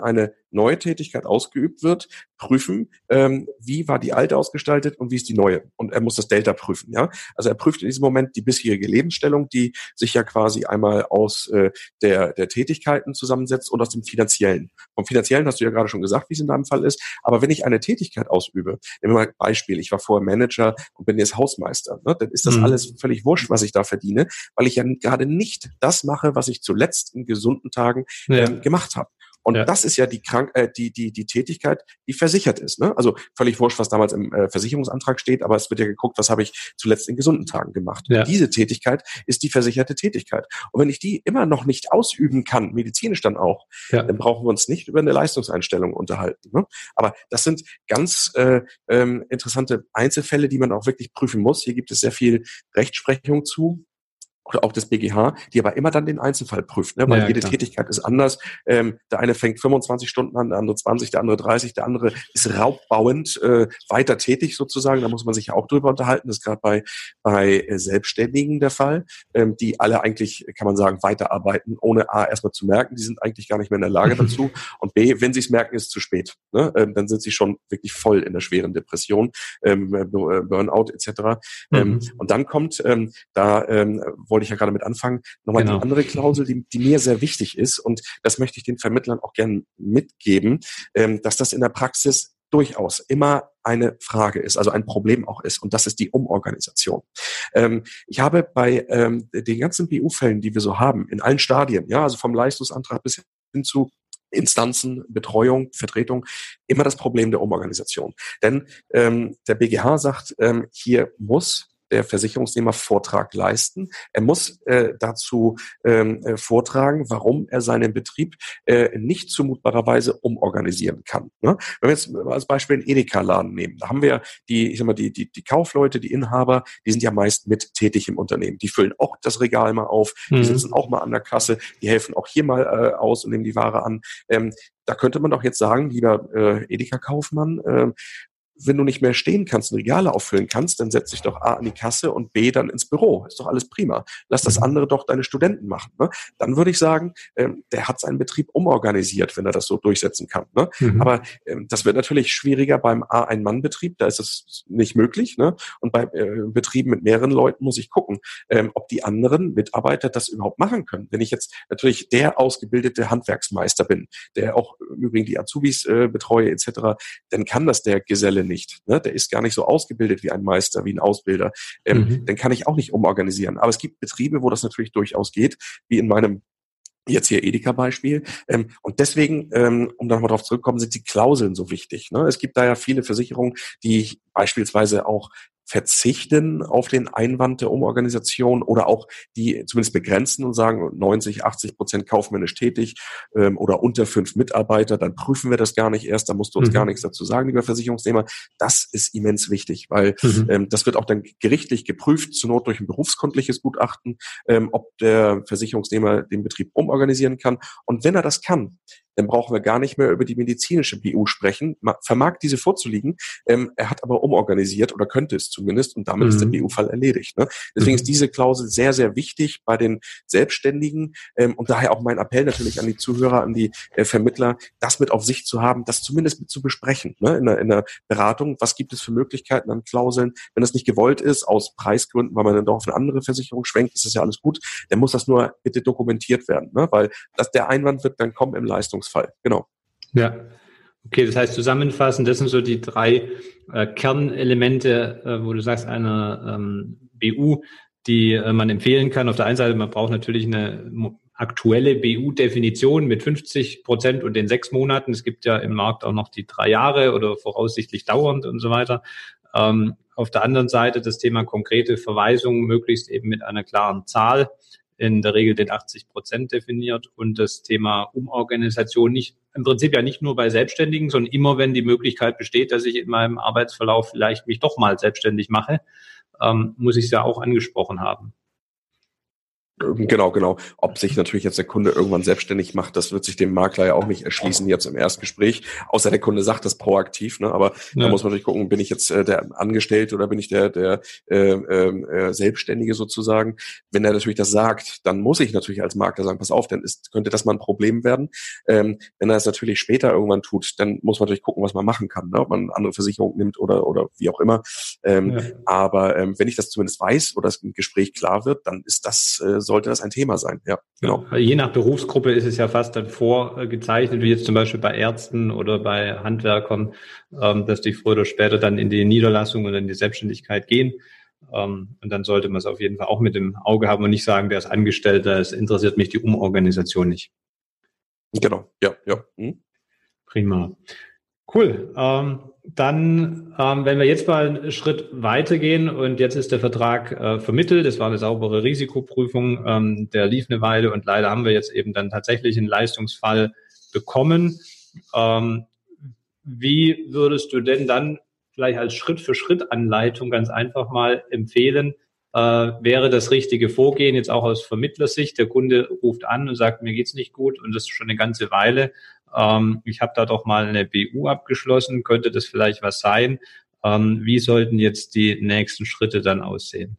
neue Tätigkeit ausgeübt wird, prüfen, ähm, wie war die alte ausgestaltet und wie ist die neue. Und er muss das Delta prüfen. Ja, also er prüft in diesem Moment die bisherige Lebensstellung, die sich ja quasi einmal aus äh, der der Tätigkeiten zusammensetzt und aus dem Finanziellen. Vom Finanziellen hast du ja gerade schon gesagt, wie es in deinem Fall ist. Aber wenn ich eine Tätigkeit ausübe, nehmen wir mal ein Beispiel, ich war vorher Manager und bin jetzt Hausmeister, ne, dann ist das mhm. alles völlig wurscht, was ich da verdiene, weil ich ja gerade nicht das mache, was ich zuletzt in gesunden Tagen ja. ähm, gemacht habe. Und ja. das ist ja die Krank äh, die die die Tätigkeit, die versichert ist. Ne? Also völlig wurscht, was damals im äh, Versicherungsantrag steht, aber es wird ja geguckt, was habe ich zuletzt in gesunden Tagen gemacht. Ja. Diese Tätigkeit ist die versicherte Tätigkeit. Und wenn ich die immer noch nicht ausüben kann, medizinisch dann auch, ja. dann brauchen wir uns nicht über eine Leistungseinstellung unterhalten. Ne? Aber das sind ganz äh, ähm, interessante Einzelfälle, die man auch wirklich prüfen muss. Hier gibt es sehr viel Rechtsprechung zu. Oder auch das B G H, die aber immer dann den Einzelfall prüft, ne? Weil ja, jede klar. Tätigkeit ist anders. Ähm, der eine fängt fünfundzwanzig Stunden an, der andere zwanzig, der andere dreißig, der andere ist raubbauend äh, weiter tätig sozusagen. Da muss man sich ja auch drüber unterhalten. Das ist gerade bei bei äh, Selbstständigen der Fall, ähm, die alle eigentlich, kann man sagen, weiterarbeiten, ohne A, erstmal zu merken, die sind eigentlich gar nicht mehr in der Lage dazu. Und B, wenn sie es merken, ist es zu spät. Ne? Ähm, dann sind sie schon wirklich voll in der schweren Depression, ähm, Burnout et cetera. Mhm. Ähm, und dann kommt, ähm, da ähm, wollte ich ja gerade mit anfangen, nochmal genau. die andere Klausel, die, die mir sehr wichtig ist, und das möchte ich den Vermittlern auch gerne mitgeben, ähm, dass das in der Praxis durchaus immer eine Frage ist, also ein Problem auch ist, und das ist die Umorganisation. Ähm, ich habe bei ähm, den ganzen B U-Fällen, die wir so haben, in allen Stadien, ja, also vom Leistungsantrag bis hin zu Instanzen, Betreuung, Vertretung, immer das Problem der Umorganisation. Denn ähm, der B G H sagt, ähm, hier muss der Versicherungsnehmer Vortrag leisten. Er muss äh, dazu ähm, äh, vortragen, warum er seinen Betrieb äh, nicht zumutbarerweise umorganisieren kann. Ne? Wenn wir jetzt als Beispiel einen Edeka-Laden nehmen, da haben wir die, ich sag mal, die, die, die Kaufleute, die Inhaber, die sind ja meist mit tätig im Unternehmen. Die füllen auch das Regal mal auf, mhm. die sitzen auch mal an der Kasse, die helfen auch hier mal äh, aus und nehmen die Ware an. Ähm, da könnte man doch jetzt sagen, lieber äh, Edeka-Kaufmann, äh, wenn du nicht mehr stehen kannst und Regale auffüllen kannst, dann setz dich doch A an die Kasse und B dann ins Büro. Ist doch alles prima. Lass das andere doch deine Studenten machen. Ne? Dann würde ich sagen, ähm, der hat seinen Betrieb umorganisiert, wenn er das so durchsetzen kann. Ne? Mhm. Aber ähm, das wird natürlich schwieriger beim A Ein-Mann-Betrieb. Da ist es nicht möglich. Ne? Und bei äh, Betrieben mit mehreren Leuten muss ich gucken, ähm, ob die anderen Mitarbeiter das überhaupt machen können. Wenn ich jetzt natürlich der ausgebildete Handwerksmeister bin, der auch im Übrigen die Azubis äh, betreue et cetera, dann kann das der Geselle nicht. Ne? Der ist gar nicht so ausgebildet wie ein Meister, wie ein Ausbilder. Ähm, mhm. Dann kann ich auch nicht umorganisieren. Aber es gibt Betriebe, wo das natürlich durchaus geht, wie in meinem jetzt hier Edeka-Beispiel. Ähm, und deswegen, ähm, um da nochmal drauf zurückzukommen, sind die Klauseln so wichtig. Ne? Es gibt da ja viele Versicherungen, die beispielsweise auch verzichten auf den Einwand der Umorganisation oder auch die zumindest begrenzen und sagen neunzig, achtzig Prozent kaufmännisch tätig ähm, oder unter fünf Mitarbeiter, dann prüfen wir das gar nicht erst, da musst du uns mhm. gar nichts dazu sagen, lieber Versicherungsnehmer. Das ist immens wichtig, weil mhm. ähm, das wird auch dann gerichtlich geprüft, zur Not durch ein berufskundliches Gutachten, ähm, ob der Versicherungsnehmer den Betrieb umorganisieren kann. Und wenn er das kann, dann brauchen wir gar nicht mehr über die medizinische B U sprechen. Vermag diese vorzuliegen, ähm, er hat aber umorganisiert oder könnte es zumindest, und damit mhm. ist der B U-Fall erledigt. Ne? Deswegen mhm. ist diese Klausel sehr, sehr wichtig bei den Selbstständigen ähm, und daher auch mein Appell natürlich an die Zuhörer, an die äh, Vermittler, das mit auf sich zu haben, das zumindest mit zu besprechen, ne? in, der, in der Beratung. Was gibt es für Möglichkeiten an Klauseln? Wenn das nicht gewollt ist, aus Preisgründen, weil man dann doch auf eine andere Versicherung schwenkt, ist das ja alles gut, dann muss das nur bitte dokumentiert werden, ne? Weil das, der Einwand wird dann kommen im Leistungs Fall. Genau. Ja, okay, das heißt zusammenfassend, das sind so die drei äh, Kernelemente, äh, wo du sagst, eine ähm, B U, die äh, man empfehlen kann. Auf der einen Seite, man braucht natürlich eine aktuelle B U-Definition mit fünfzig Prozent und den sechs Monaten. Es gibt ja im Markt auch noch die drei Jahre oder voraussichtlich dauernd und so weiter. Ähm, auf der anderen Seite das Thema konkrete Verweisung, möglichst eben mit einer klaren Zahl, in der Regel den achtzig Prozent definiert, und das Thema Umorganisation nicht, im Prinzip ja nicht nur bei Selbstständigen, sondern immer, wenn die Möglichkeit besteht, dass ich in meinem Arbeitsverlauf vielleicht mich doch mal selbstständig mache, ähm, muss ich es ja auch angesprochen haben. Genau, genau. Ob sich natürlich jetzt der Kunde irgendwann selbstständig macht, das wird sich dem Makler ja auch nicht erschließen jetzt im Erstgespräch, außer der Kunde sagt das proaktiv. Ne? Aber ja. Da muss man natürlich gucken, bin ich jetzt äh, der Angestellte oder bin ich der der äh, äh, Selbstständige sozusagen. Wenn er natürlich das sagt, dann muss ich natürlich als Makler sagen, pass auf, dann ist, könnte das mal ein Problem werden. Ähm, wenn er es natürlich später irgendwann tut, dann muss man natürlich gucken, was man machen kann, ne? Ob man eine andere Versicherung nimmt oder oder wie auch immer. Ähm, ja. Aber ähm, wenn ich das zumindest weiß oder es im Gespräch klar wird, dann ist das äh, sollte das ein Thema sein. Ja, genau. Ja, je nach Berufsgruppe ist es ja fast dann vorgezeichnet, wie jetzt zum Beispiel bei Ärzten oder bei Handwerkern, ähm, dass die früher oder später dann in die Niederlassung oder in die Selbstständigkeit gehen. Ähm, und dann sollte man es auf jeden Fall auch mit im Auge haben und nicht sagen, der ist Angestellter, es interessiert mich die Umorganisation nicht. Genau, ja, ja. Hm. Prima. Cool. Ähm, dann, ähm, wenn wir jetzt mal einen Schritt weitergehen und jetzt ist der Vertrag äh, vermittelt, es war eine saubere Risikoprüfung, ähm, der lief eine Weile und leider haben wir jetzt eben dann tatsächlich einen Leistungsfall bekommen. Ähm, wie würdest du denn dann vielleicht als Schritt-für-Schritt-Anleitung ganz einfach mal empfehlen, äh, wäre das richtige Vorgehen jetzt auch aus Vermittlersicht? Der Kunde ruft an und sagt, mir geht's nicht gut und das ist schon eine ganze Weile. Ähm, ich habe da doch mal eine B U abgeschlossen, könnte das vielleicht was sein? Ähm, wie sollten jetzt die nächsten Schritte dann aussehen?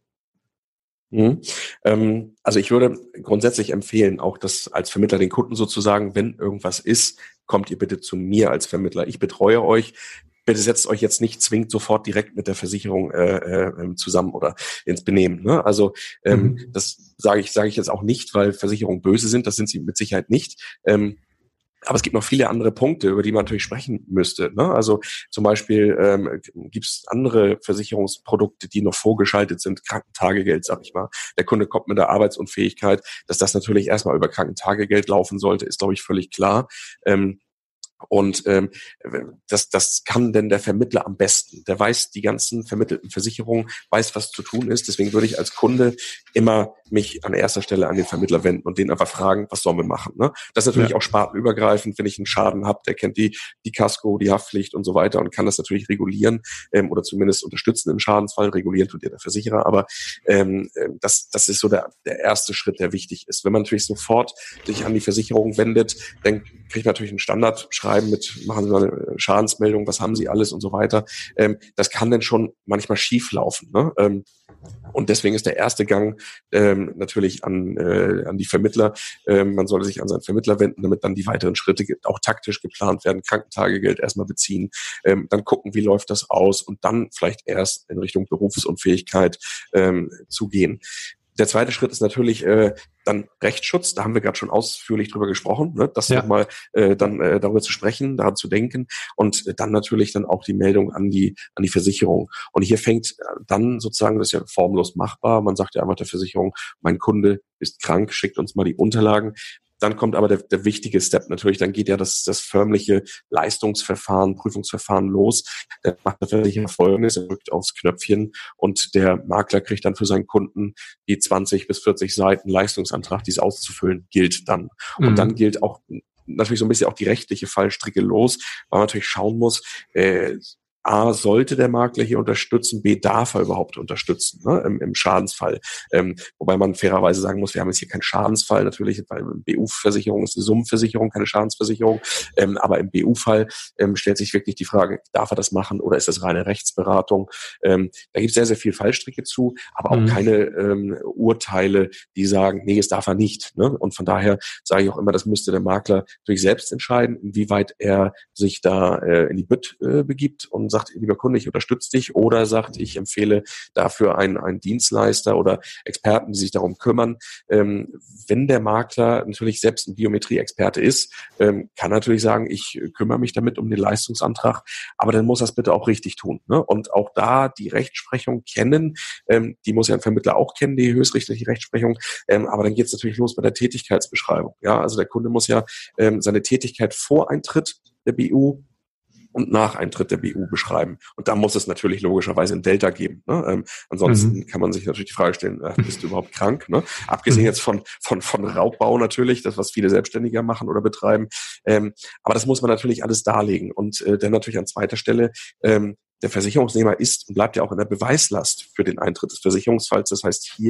Mhm. Ähm, also ich würde grundsätzlich empfehlen, auch das als Vermittler den Kunden sozusagen, wenn irgendwas ist, kommt ihr bitte zu mir als Vermittler. Ich betreue euch. Bitte setzt euch jetzt nicht zwingend sofort direkt mit der Versicherung äh, äh, zusammen oder ins Benehmen. Ne? Also ähm, mhm. das sage ich sage ich jetzt auch nicht, weil Versicherungen böse sind. Das sind sie mit Sicherheit nicht. Ähm, Aber es gibt noch viele andere Punkte, über die man natürlich sprechen müsste. Ne? Also zum Beispiel ähm, gibt es andere Versicherungsprodukte, die noch vorgeschaltet sind, Krankentagegeld, sag ich mal. Der Kunde kommt mit der Arbeitsunfähigkeit, dass das natürlich erstmal über Krankentagegeld laufen sollte, ist, glaube ich, völlig klar. Ähm, Und ähm, das, das kann denn der Vermittler am besten. Der weiß die ganzen vermittelten Versicherungen, weiß, was zu tun ist. Deswegen würde ich als Kunde immer mich an erster Stelle an den Vermittler wenden und den einfach fragen, was sollen wir machen. Ne? Das ist natürlich ja. auch spartenübergreifend, wenn ich einen Schaden habe, der kennt die die Kasko, die Haftpflicht und so weiter und kann das natürlich regulieren ähm, oder zumindest unterstützen im Schadensfall. Regulieren tut ja der Versicherer, aber ähm, das das ist so der der erste Schritt, der wichtig ist. Wenn man natürlich sofort sich an die Versicherung wendet, dann kriegt man natürlich einen Standardschreiben mit, machen Sie mal eine Schadensmeldung, was haben Sie alles und so weiter. Ähm, das kann dann schon manchmal schief laufen. Ne? Ähm, und deswegen ist der erste Gang ähm, natürlich an äh, an die Vermittler. Ähm, man sollte sich an seinen Vermittler wenden, damit dann die weiteren Schritte auch taktisch geplant werden. Krankentagegeld erstmal beziehen, ähm, dann gucken, wie läuft das aus und dann vielleicht erst in Richtung Berufsunfähigkeit ähm, zu gehen. Der zweite Schritt ist natürlich äh, dann Rechtsschutz. Da haben wir gerade schon ausführlich drüber gesprochen, ne? Das ja. nochmal äh, dann äh, darüber zu sprechen, daran zu denken und äh, dann natürlich dann auch die Meldung an die an die Versicherung. Und hier fängt dann sozusagen, das ist ja formlos machbar. Man sagt ja einfach der Versicherung, mein Kunde ist krank, schickt uns mal die Unterlagen. Dann kommt aber der, der wichtige Step natürlich, dann geht ja das, das förmliche Leistungsverfahren, Prüfungsverfahren los. Der macht der Versicherer Folgendes, er drückt aufs Knöpfchen und der Makler kriegt dann für seinen Kunden die zwanzig bis vierzig Seiten Leistungsantrag, dies auszufüllen, gilt dann. Mhm. Und dann gilt auch natürlich so ein bisschen auch die rechtliche Fallstricke los, weil man natürlich schauen muss, äh, A, sollte der Makler hier unterstützen, B, darf er überhaupt unterstützen, ne, im, im Schadensfall. Ähm, wobei man fairerweise sagen muss, wir haben jetzt hier keinen Schadensfall, natürlich, weil B U-Versicherung ist eine Summenversicherung, keine Schadensversicherung, ähm, aber im B U-Fall ähm, stellt sich wirklich die Frage, darf er das machen oder ist das reine Rechtsberatung? Ähm, da gibt es sehr, sehr viel Fallstricke zu, aber auch mhm. keine ähm, Urteile, die sagen, nee, es darf er nicht. Ne? Und von daher sage ich auch immer, das müsste der Makler natürlich selbst entscheiden, inwieweit er sich da äh, in die Bütt äh, begibt und sagt, lieber Kunde, ich unterstütze dich, oder sagt, ich empfehle dafür einen, einen Dienstleister oder Experten, die sich darum kümmern. Ähm, wenn der Makler natürlich selbst ein Biometrie-Experte ist, ähm, kann natürlich sagen, ich kümmere mich damit um den Leistungsantrag, aber dann muss er es bitte auch richtig tun. Ne? Und auch da die Rechtsprechung kennen, ähm, die muss ja ein Vermittler auch kennen, die höchstrichterliche Rechtsprechung, ähm, aber dann geht es natürlich los bei der Tätigkeitsbeschreibung. Ja, also der Kunde muss ja ähm, seine Tätigkeit vor Eintritt der B U und nach Eintritt der B U beschreiben. Und da muss es natürlich logischerweise ein Delta geben. Ne? Ähm, ansonsten mhm. kann man sich natürlich die Frage stellen, äh, bist du überhaupt krank? Ne? Abgesehen mhm. jetzt von, von, von Raubbau natürlich, das, was viele Selbstständiger machen oder betreiben. Ähm, aber das muss man natürlich alles darlegen. Und äh, dann natürlich an zweiter Stelle, ähm, der Versicherungsnehmer ist und bleibt ja auch in der Beweislast für den Eintritt des Versicherungsfalls. Das heißt, hier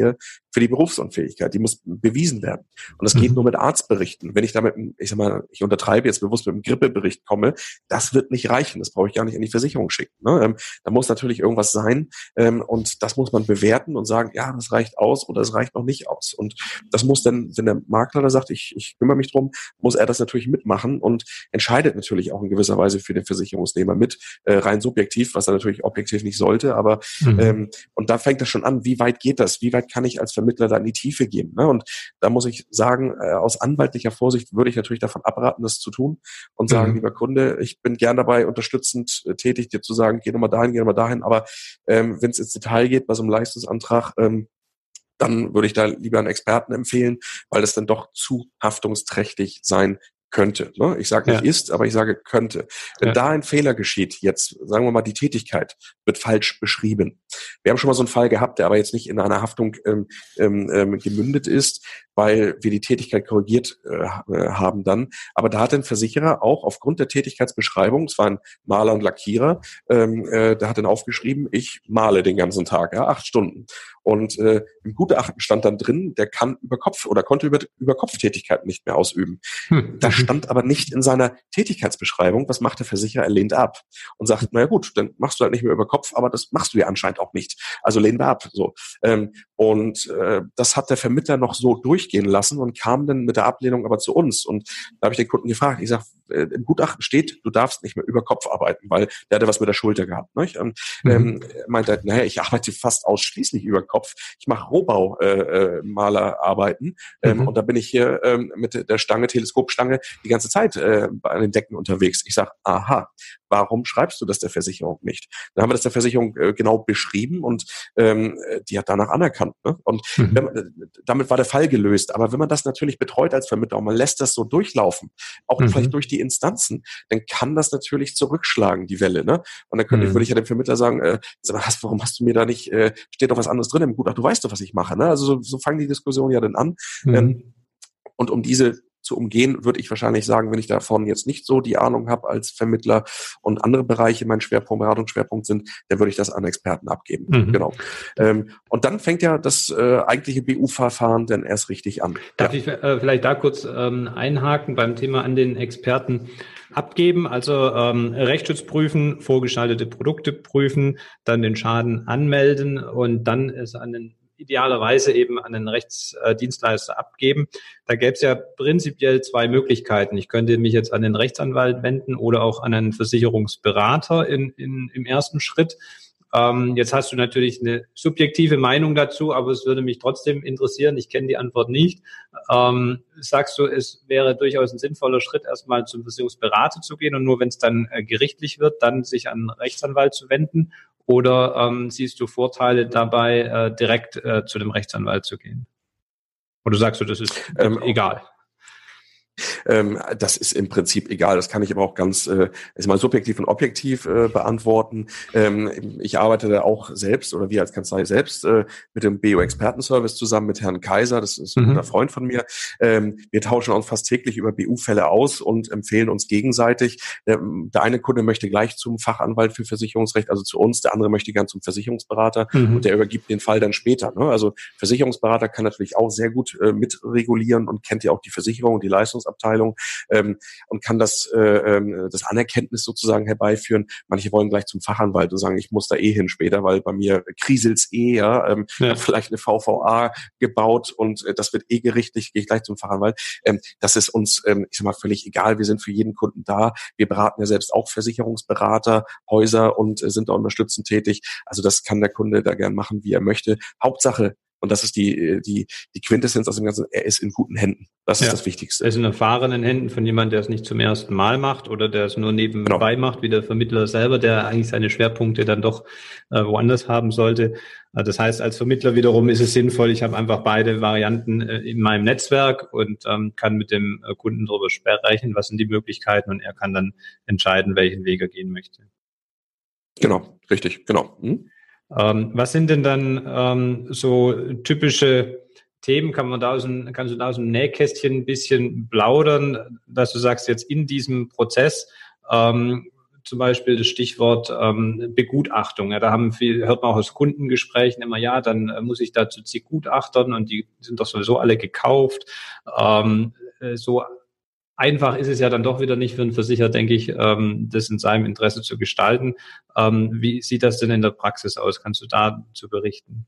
für die Berufsunfähigkeit. Die muss bewiesen werden. Und das geht nur mit Arztberichten. Wenn ich damit, ich sag mal, ich untertreibe jetzt bewusst mit einem Grippebericht komme, das wird nicht reichen. Das brauche ich gar nicht in die Versicherung schicken. Ne? Ähm, da muss natürlich irgendwas sein ähm, und das muss man bewerten und sagen, ja, das reicht aus oder es reicht noch nicht aus. Und das muss dann, wenn der Makler da sagt, ich, ich kümmere mich drum, muss er das natürlich mitmachen und entscheidet natürlich auch in gewisser Weise für den Versicherungsnehmer mit, äh, rein subjektiv, was er natürlich objektiv nicht sollte. Aber mhm. ähm, und da fängt das schon an, wie weit geht das? Wie weit kann ich als Vermittler da in die Tiefe gehen? Ne? Und da muss ich sagen, äh, aus anwaltlicher Vorsicht würde ich natürlich davon abraten, das zu tun und sagen, mhm. lieber Kunde, ich bin gern dabei, unterstützend äh, tätig, dir zu sagen, geh nochmal dahin, geh nochmal dahin. Aber ähm, wenn es ins Detail geht bei so einem Leistungsantrag, ähm, dann würde ich da lieber einen Experten empfehlen, weil das dann doch zu haftungsträchtig sein könnte. Ne? Ich sage nicht ja. ist, aber ich sage könnte. Wenn ja. da ein Fehler geschieht, jetzt sagen wir mal, die Tätigkeit wird falsch beschrieben. Wir haben schon mal so einen Fall gehabt, der aber jetzt nicht in einer Haftung ähm, ähm, gemündet ist, weil wir die Tätigkeit korrigiert äh, haben dann. Aber da hat ein Versicherer auch aufgrund der Tätigkeitsbeschreibung, es war ein Maler und Lackierer, ähm, äh, der hat dann aufgeschrieben, ich male den ganzen Tag, ja, acht Stunden. Und äh, im Gutachten stand dann drin, der kann über Kopf oder konnte über, über Kopftätigkeiten nicht mehr ausüben. Hm. Das stand aber nicht in seiner Tätigkeitsbeschreibung. Was macht der Versicherer? Er lehnt ab und sagt, naja gut, dann machst du halt nicht mehr über Kopf, aber das machst du ja anscheinend auch nicht. Also lehnen wir ab. So. Ähm, und äh, das hat der Vermittler noch so durchgehen lassen und kam dann mit der Ablehnung aber zu uns. Und da habe ich den Kunden gefragt, ich sage, äh, im Gutachten steht, du darfst nicht mehr über Kopf arbeiten, weil der hatte was mit der Schulter gehabt. Nicht? Und mhm. ähm, er meinte, naja, ich arbeite fast ausschließlich über Kopf. Ich mache Rohbau-Malerarbeiten äh, äh, ähm, mhm. und da bin ich hier ähm, mit der Stange, Teleskopstange, die ganze Zeit äh, an den Decken unterwegs. Ich sage, aha, warum schreibst du das der Versicherung nicht? Dann haben wir das der Versicherung äh, genau beschrieben und ähm, die hat danach anerkannt. Ne? Und mhm. wenn man, damit war der Fall gelöst. Aber wenn man das natürlich betreut als Vermittler und man lässt das so durchlaufen, auch mhm. vielleicht durch die Instanzen, dann kann das natürlich zurückschlagen, die Welle. Ne? Und dann könnte, mhm. würde ich ja dem Vermittler sagen, äh, warum hast du mir da nicht, äh, steht doch was anderes drin im Gutachten, du weißt doch, was ich mache. Ne? Also so, so fangen die Diskussionen ja dann an. Mhm. Ähm, und um diese zu umgehen, würde ich wahrscheinlich sagen, wenn ich davon jetzt nicht so die Ahnung habe als Vermittler und andere Bereiche mein Schwerpunkt, Beratungsschwerpunkt sind, dann würde ich das an Experten abgeben. Mhm. Genau. Ähm, und dann fängt ja das äh, eigentliche B U-Verfahren dann erst richtig an. Darf ja. ich äh, vielleicht da kurz ähm, einhaken beim Thema an den Experten abgeben? Also ähm, Rechtsschutz prüfen, vorgeschaltete Produkte prüfen, dann den Schaden anmelden und dann es an den idealerweise eben an den Rechtsdienstleister abgeben. Da gäbe es ja prinzipiell zwei Möglichkeiten. Ich könnte mich jetzt an den Rechtsanwalt wenden oder auch an einen Versicherungsberater in, in, im ersten Schritt. Ähm, jetzt hast du natürlich eine subjektive Meinung dazu, aber es würde mich trotzdem interessieren. Ich kenne die Antwort nicht. Ähm, sagst du, es wäre durchaus ein sinnvoller Schritt, erstmal zum Versicherungsberater zu gehen und nur wenn es dann äh, gerichtlich wird, dann sich an einen Rechtsanwalt zu wenden? Oder ähm, siehst du Vorteile dabei, äh, direkt äh, zu dem Rechtsanwalt zu gehen? Oder sagst du, das ist ähm, egal? Ähm, das ist im Prinzip egal. Das kann ich aber auch ganz äh, ist mal subjektiv und objektiv äh, beantworten. Ähm, ich arbeite da auch selbst oder wir als Kanzlei selbst äh, mit dem B U-Expertenservice zusammen mit Herrn Kaiser. Das ist ein mhm. guter Freund von mir. Ähm, wir tauschen uns fast täglich über B U-Fälle aus und empfehlen uns gegenseitig. Der, der eine Kunde möchte gleich zum Fachanwalt für Versicherungsrecht, also zu uns. Der andere möchte gern zum Versicherungsberater mhm. und der übergibt den Fall dann später. Ne? Also Versicherungsberater kann natürlich auch sehr gut äh, mitregulieren und kennt ja auch die Versicherung und die Leistungsabteilung. Ähm, und kann das, äh, das Anerkenntnis sozusagen herbeiführen. Manche wollen gleich zum Fachanwalt und sagen, ich muss da eh hin später, weil bei mir kriselt's eh, ja, ähm, ja. Hat vielleicht eine V V A gebaut und äh, das wird eh gerichtlich, gehe ich gleich zum Fachanwalt. Ähm, das ist uns, ähm, ich sag mal, völlig egal. Wir sind für jeden Kunden da. Wir beraten ja selbst auch Versicherungsberater, Häuser und äh, sind da unterstützend tätig. Also das kann der Kunde da gern machen, wie er möchte. Hauptsache, und das ist die, die, die Quintessenz aus dem Ganzen, er ist in guten Händen. Das ist ja das Wichtigste. Er ist in erfahrenen Händen von jemandem, der es nicht zum ersten Mal macht oder der es nur nebenbei genau. macht, wie der Vermittler selber, der eigentlich seine Schwerpunkte dann doch äh, woanders haben sollte. Also das heißt, als Vermittler wiederum ist es sinnvoll, ich habe einfach beide Varianten äh, in meinem Netzwerk und ähm, kann mit dem äh, Kunden darüber sprechen, was sind die Möglichkeiten und er kann dann entscheiden, welchen Weg er gehen möchte. Genau, richtig, genau. Hm? Ähm, was sind denn dann ähm, so typische Themen? Kann man da aus dem, kannst du da aus dem Nähkästchen ein bisschen plaudern, dass du sagst, jetzt in diesem Prozess, ähm, zum Beispiel das Stichwort ähm, Begutachtung. Ja, da haben viel, hört man auch aus Kundengesprächen immer, ja, dann äh, muss ich da zu zig Gutachtern und die sind doch sowieso alle gekauft. Ähm, äh, so einfach ist es ja dann doch wieder nicht für einen Versicherer, denke ich, ähm, das in seinem Interesse zu gestalten. Ähm, wie sieht das denn in der Praxis aus? Kannst du dazu berichten?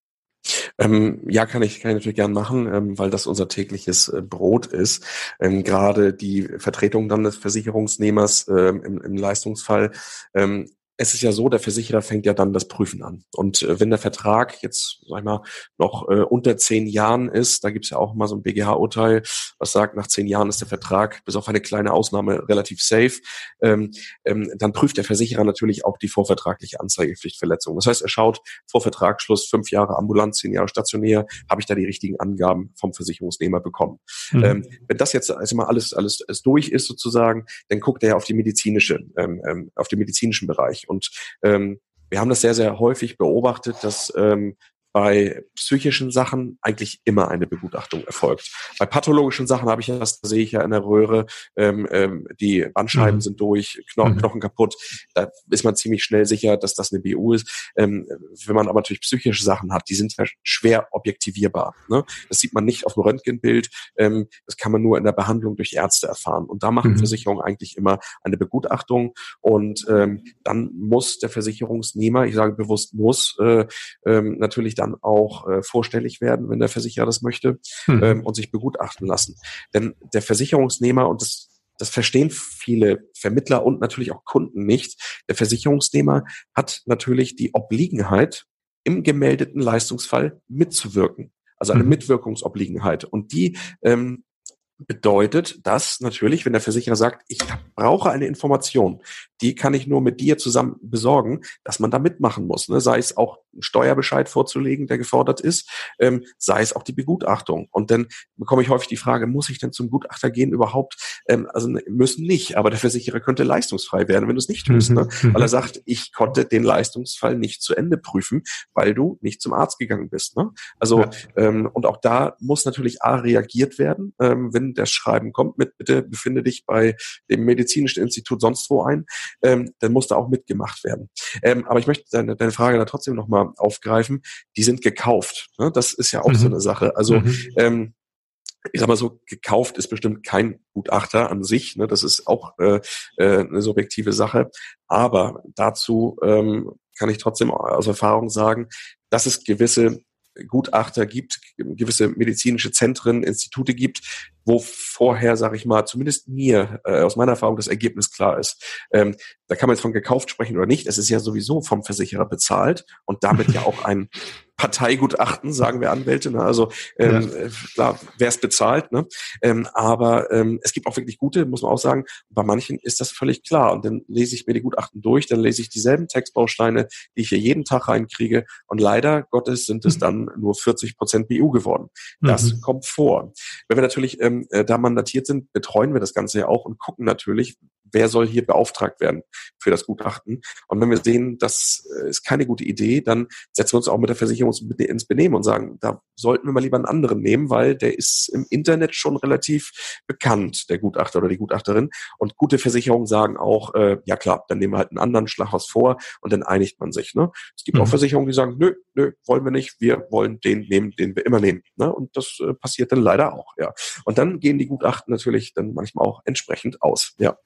Ähm, ja, kann ich, kann ich natürlich gern machen, ähm, weil das unser tägliches äh, Brot ist. Ähm, gerade die Vertretung dann des Versicherungsnehmers ähm, im, im Leistungsfall. Ähm, Es ist ja so, der Versicherer fängt ja dann das Prüfen an. Und äh, wenn der Vertrag jetzt, sag ich mal, noch äh, unter zehn Jahren ist, da gibt's ja auch mal so ein B G H-Urteil, was sagt, nach zehn Jahren ist der Vertrag bis auf eine kleine Ausnahme relativ safe, ähm, ähm, dann prüft der Versicherer natürlich auch die vorvertragliche Anzeigepflichtverletzung. Das heißt, er schaut vor Vertragsschluss, fünf Jahre ambulant, zehn Jahre stationär, habe ich da die richtigen Angaben vom Versicherungsnehmer bekommen. Mhm. Ähm, wenn das jetzt also mal alles, alles, alles durch ist sozusagen, dann guckt er auf die medizinische, ähm, auf den medizinischen Bereich. Und ähm, wir haben das sehr, sehr häufig beobachtet, dass ähm, bei psychischen Sachen eigentlich immer eine Begutachtung erfolgt. Bei pathologischen Sachen habe ich ja, das sehe ich ja in der Röhre, ähm, ähm, die Bandscheiben mhm. sind durch, Kno- mhm. Knochen kaputt. Da ist man ziemlich schnell sicher, dass das eine B U ist. Ähm, wenn man aber natürlich psychische Sachen hat, die sind ja schwer objektivierbar. Ne? Das sieht man nicht auf dem Röntgenbild. Ähm, das kann man nur in der Behandlung durch Ärzte erfahren. Und da machen mhm. Versicherungen eigentlich immer eine Begutachtung. Und ähm, dann muss der Versicherungsnehmer, ich sage bewusst muss, äh, ähm, natürlich dann auch äh, vorstellig werden, wenn der Versicherer das möchte, mhm. ähm, und sich begutachten lassen. Denn der Versicherungsnehmer, und das, das verstehen viele Vermittler und natürlich auch Kunden nicht, der Versicherungsnehmer hat natürlich die Obliegenheit, im gemeldeten Leistungsfall mitzuwirken. Also eine mhm. Mitwirkungsobliegenheit. Und die ähm, bedeutet, dass natürlich, wenn der Versicherer sagt, ich brauche eine Information, die kann ich nur mit dir zusammen besorgen, dass man da mitmachen muss. Ne? Sei es auch einen Steuerbescheid vorzulegen, der gefordert ist, ähm, sei es auch die Begutachtung. Und dann bekomme ich häufig die Frage, muss ich denn zum Gutachter gehen überhaupt? Ähm, also müssen nicht, aber der Versicherer könnte leistungsfrei werden, wenn du es nicht tust. Mhm. Ne? Weil er sagt, ich konnte den Leistungsfall nicht zu Ende prüfen, weil du nicht zum Arzt gegangen bist. Ne? Also ja. ähm, und auch da muss natürlich A reagiert werden, ähm, wenn das Schreiben kommt mit, bitte befinde dich bei dem medizinischen Institut sonst wo ein, ähm, dann muss da auch mitgemacht werden. Ähm, aber ich möchte deine, deine Frage da trotzdem nochmal aufgreifen. Die sind gekauft. Ne? Das ist ja auch mhm. so eine Sache. Also mhm. ähm, ich sag mal so, gekauft ist bestimmt kein Gutachter an sich. Ne? Das ist auch äh, äh, eine subjektive Sache. Aber dazu ähm, kann ich trotzdem aus Erfahrung sagen, dass es gewisse Gutachter gibt, gewisse medizinische Zentren, Institute gibt, wo vorher, sage ich mal, zumindest mir äh, aus meiner Erfahrung das Ergebnis klar ist. Ähm, da kann man jetzt von gekauft sprechen oder nicht. Es ist ja sowieso vom Versicherer bezahlt und damit ja auch ein Parteigutachten, sagen wir Anwälte. Ne? Also ähm, ja. klar, wer es bezahlt. Ne? Ähm, aber ähm, es gibt auch wirklich gute, muss man auch sagen. Bei manchen ist das völlig klar. Und dann lese ich mir die Gutachten durch, dann lese ich dieselben Textbausteine, die ich hier jeden Tag reinkriege. Und leider Gottes sind es dann nur vierzig Prozent B U geworden. Das mhm. kommt vor. Wenn wir natürlich ähm, da mandatiert sind, betreuen wir das Ganze ja auch und gucken natürlich, wer soll hier beauftragt werden für das Gutachten. Und wenn wir sehen, das ist keine gute Idee, dann setzen wir uns auch mit der Versicherung ins Benehmen und sagen, da sollten wir mal lieber einen anderen nehmen, weil der ist im Internet schon relativ bekannt, der Gutachter oder die Gutachterin. Und gute Versicherungen sagen auch, äh, ja klar, dann nehmen wir halt einen anderen Schlaghaus vor und dann einigt man sich. Ne? Es gibt mhm. auch Versicherungen, die sagen, nö, nö, wollen wir nicht, wir wollen den nehmen, den wir immer nehmen. Ne? Und das äh, passiert dann leider auch. Ja. Und dann gehen die Gutachten natürlich dann manchmal auch entsprechend aus. Ja.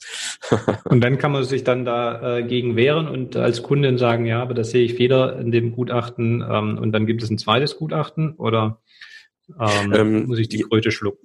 Und dann kann man sich dann dagegen äh, wehren und als Kundin sagen, ja, aber das sehe ich weder in dem Gutachten ähm, und dann gibt es ein zweites Gutachten oder ähm, ähm, muss ich die Kröte schlucken?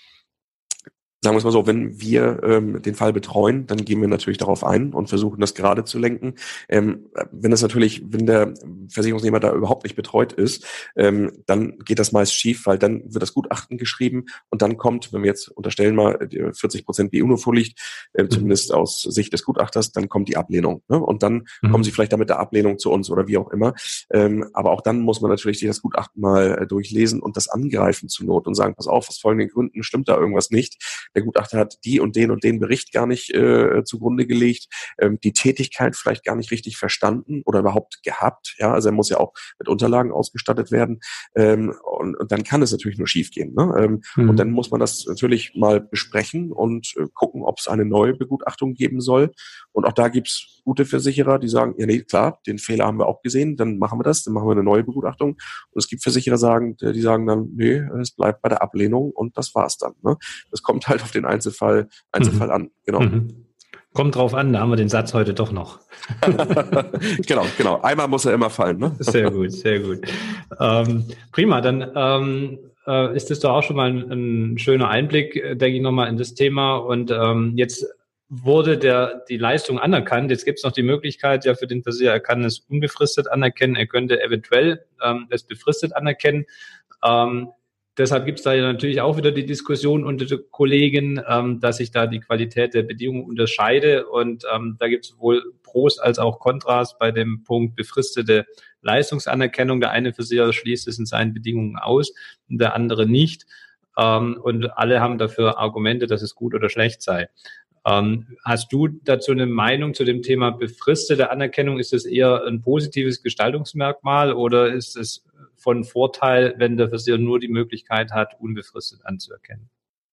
Sagen wir es mal so, wenn wir ähm, den Fall betreuen, dann gehen wir natürlich darauf ein und versuchen, das gerade zu lenken. Ähm, wenn das natürlich, wenn der Versicherungsnehmer da überhaupt nicht betreut ist, ähm, dann geht das meist schief, weil dann wird das Gutachten geschrieben und dann kommt, wenn wir jetzt unterstellen mal, vierzig Prozent B U nur vorliegt, äh, mhm. zumindest aus Sicht des Gutachters, dann kommt die Ablehnung. Ne? Und dann mhm. kommen sie vielleicht damit der Ablehnung zu uns oder wie auch immer. Ähm, aber auch dann muss man natürlich das Gutachten mal äh, durchlesen und das angreifen zur Not und sagen, pass auf, aus folgenden Gründen stimmt da irgendwas nicht. Der Gutachter hat die und den und den Bericht gar nicht äh, zugrunde gelegt, ähm, die Tätigkeit vielleicht gar nicht richtig verstanden oder überhaupt gehabt. Ja, also er muss ja auch mit Unterlagen ausgestattet werden. Ähm, und, und dann kann es natürlich nur schiefgehen. Ne? Ähm, mhm. Und dann muss man das natürlich mal besprechen und äh, gucken, ob es eine neue Begutachtung geben soll Und auch da gibt's gute Versicherer, die sagen, ja nee, klar, den Fehler haben wir auch gesehen, dann machen wir das, dann machen wir eine neue Begutachtung. Und es gibt Versicherer, die sagen, die sagen dann, nee, es bleibt bei der Ablehnung und das war's dann. Ne? Das kommt halt auf den Einzelfall, Einzelfall mhm. an. Genau. Mhm. Kommt drauf an, da haben wir den Satz heute doch noch. genau, genau. Einmal muss er immer fallen. Ne? Sehr gut, sehr gut. Ähm, prima, dann ähm, äh, ist das doch auch schon mal ein, ein schöner Einblick, denke ich, nochmal in das Thema. Und ähm, jetzt wurde der die Leistung anerkannt. Jetzt gibt es noch die Möglichkeit, ja, für den Versicherer, er kann es unbefristet anerkennen, er könnte eventuell ähm, es befristet anerkennen. Ähm, Deshalb gibt es da ja natürlich auch wieder die Diskussion unter den Kollegen, ähm, dass sich da die Qualität der Bedingungen unterscheide. Und ähm, da gibt es sowohl Pros als auch Kontras bei dem Punkt befristete Leistungsanerkennung. Der eine Versicherer schließt es in seinen Bedingungen aus und der andere nicht. Ähm, und alle haben dafür Argumente, dass es gut oder schlecht sei. Ähm, hast du dazu eine Meinung zu dem Thema befristete Anerkennung? Ist es eher ein positives Gestaltungsmerkmal oder ist es von Vorteil, wenn der Versicherer nur die Möglichkeit hat, unbefristet anzuerkennen?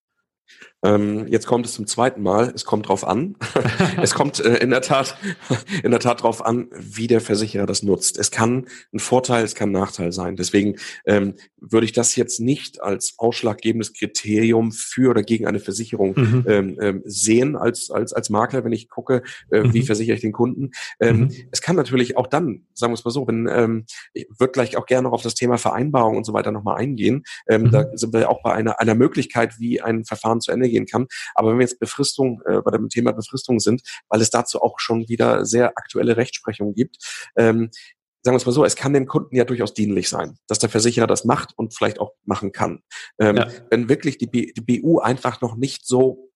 Ähm, jetzt kommt es zum zweiten Mal. Es kommt drauf an. es kommt äh, in der Tat, in der Tat drauf an, wie der Versicherer das nutzt. Es kann ein Vorteil, es kann ein Nachteil sein. Deswegen ähm, würde ich das jetzt nicht als ausschlaggebendes Kriterium für oder gegen eine Versicherung mhm. ähm, ähm, sehen als als als Makler, wenn ich gucke, äh, mhm. wie versichere ich den Kunden. Ähm, mhm. Es kann natürlich auch dann, sagen wir es mal so, wenn ähm, ich würde gleich auch gerne noch auf das Thema Vereinbarung und so weiter nochmal eingehen. Ähm, mhm. Da sind wir auch bei einer einer Möglichkeit, wie ein Verfahren zu Ende gehen kann. Aber wenn wir jetzt Befristung, äh, bei dem Thema Befristung sind, weil es dazu auch schon wieder sehr aktuelle Rechtsprechung gibt, ähm, sagen wir es mal so, es kann den Kunden ja durchaus dienlich sein, dass der Versicherer das macht und vielleicht auch machen kann. Ähm, ja. Wenn wirklich die, B, die B U einfach noch nicht so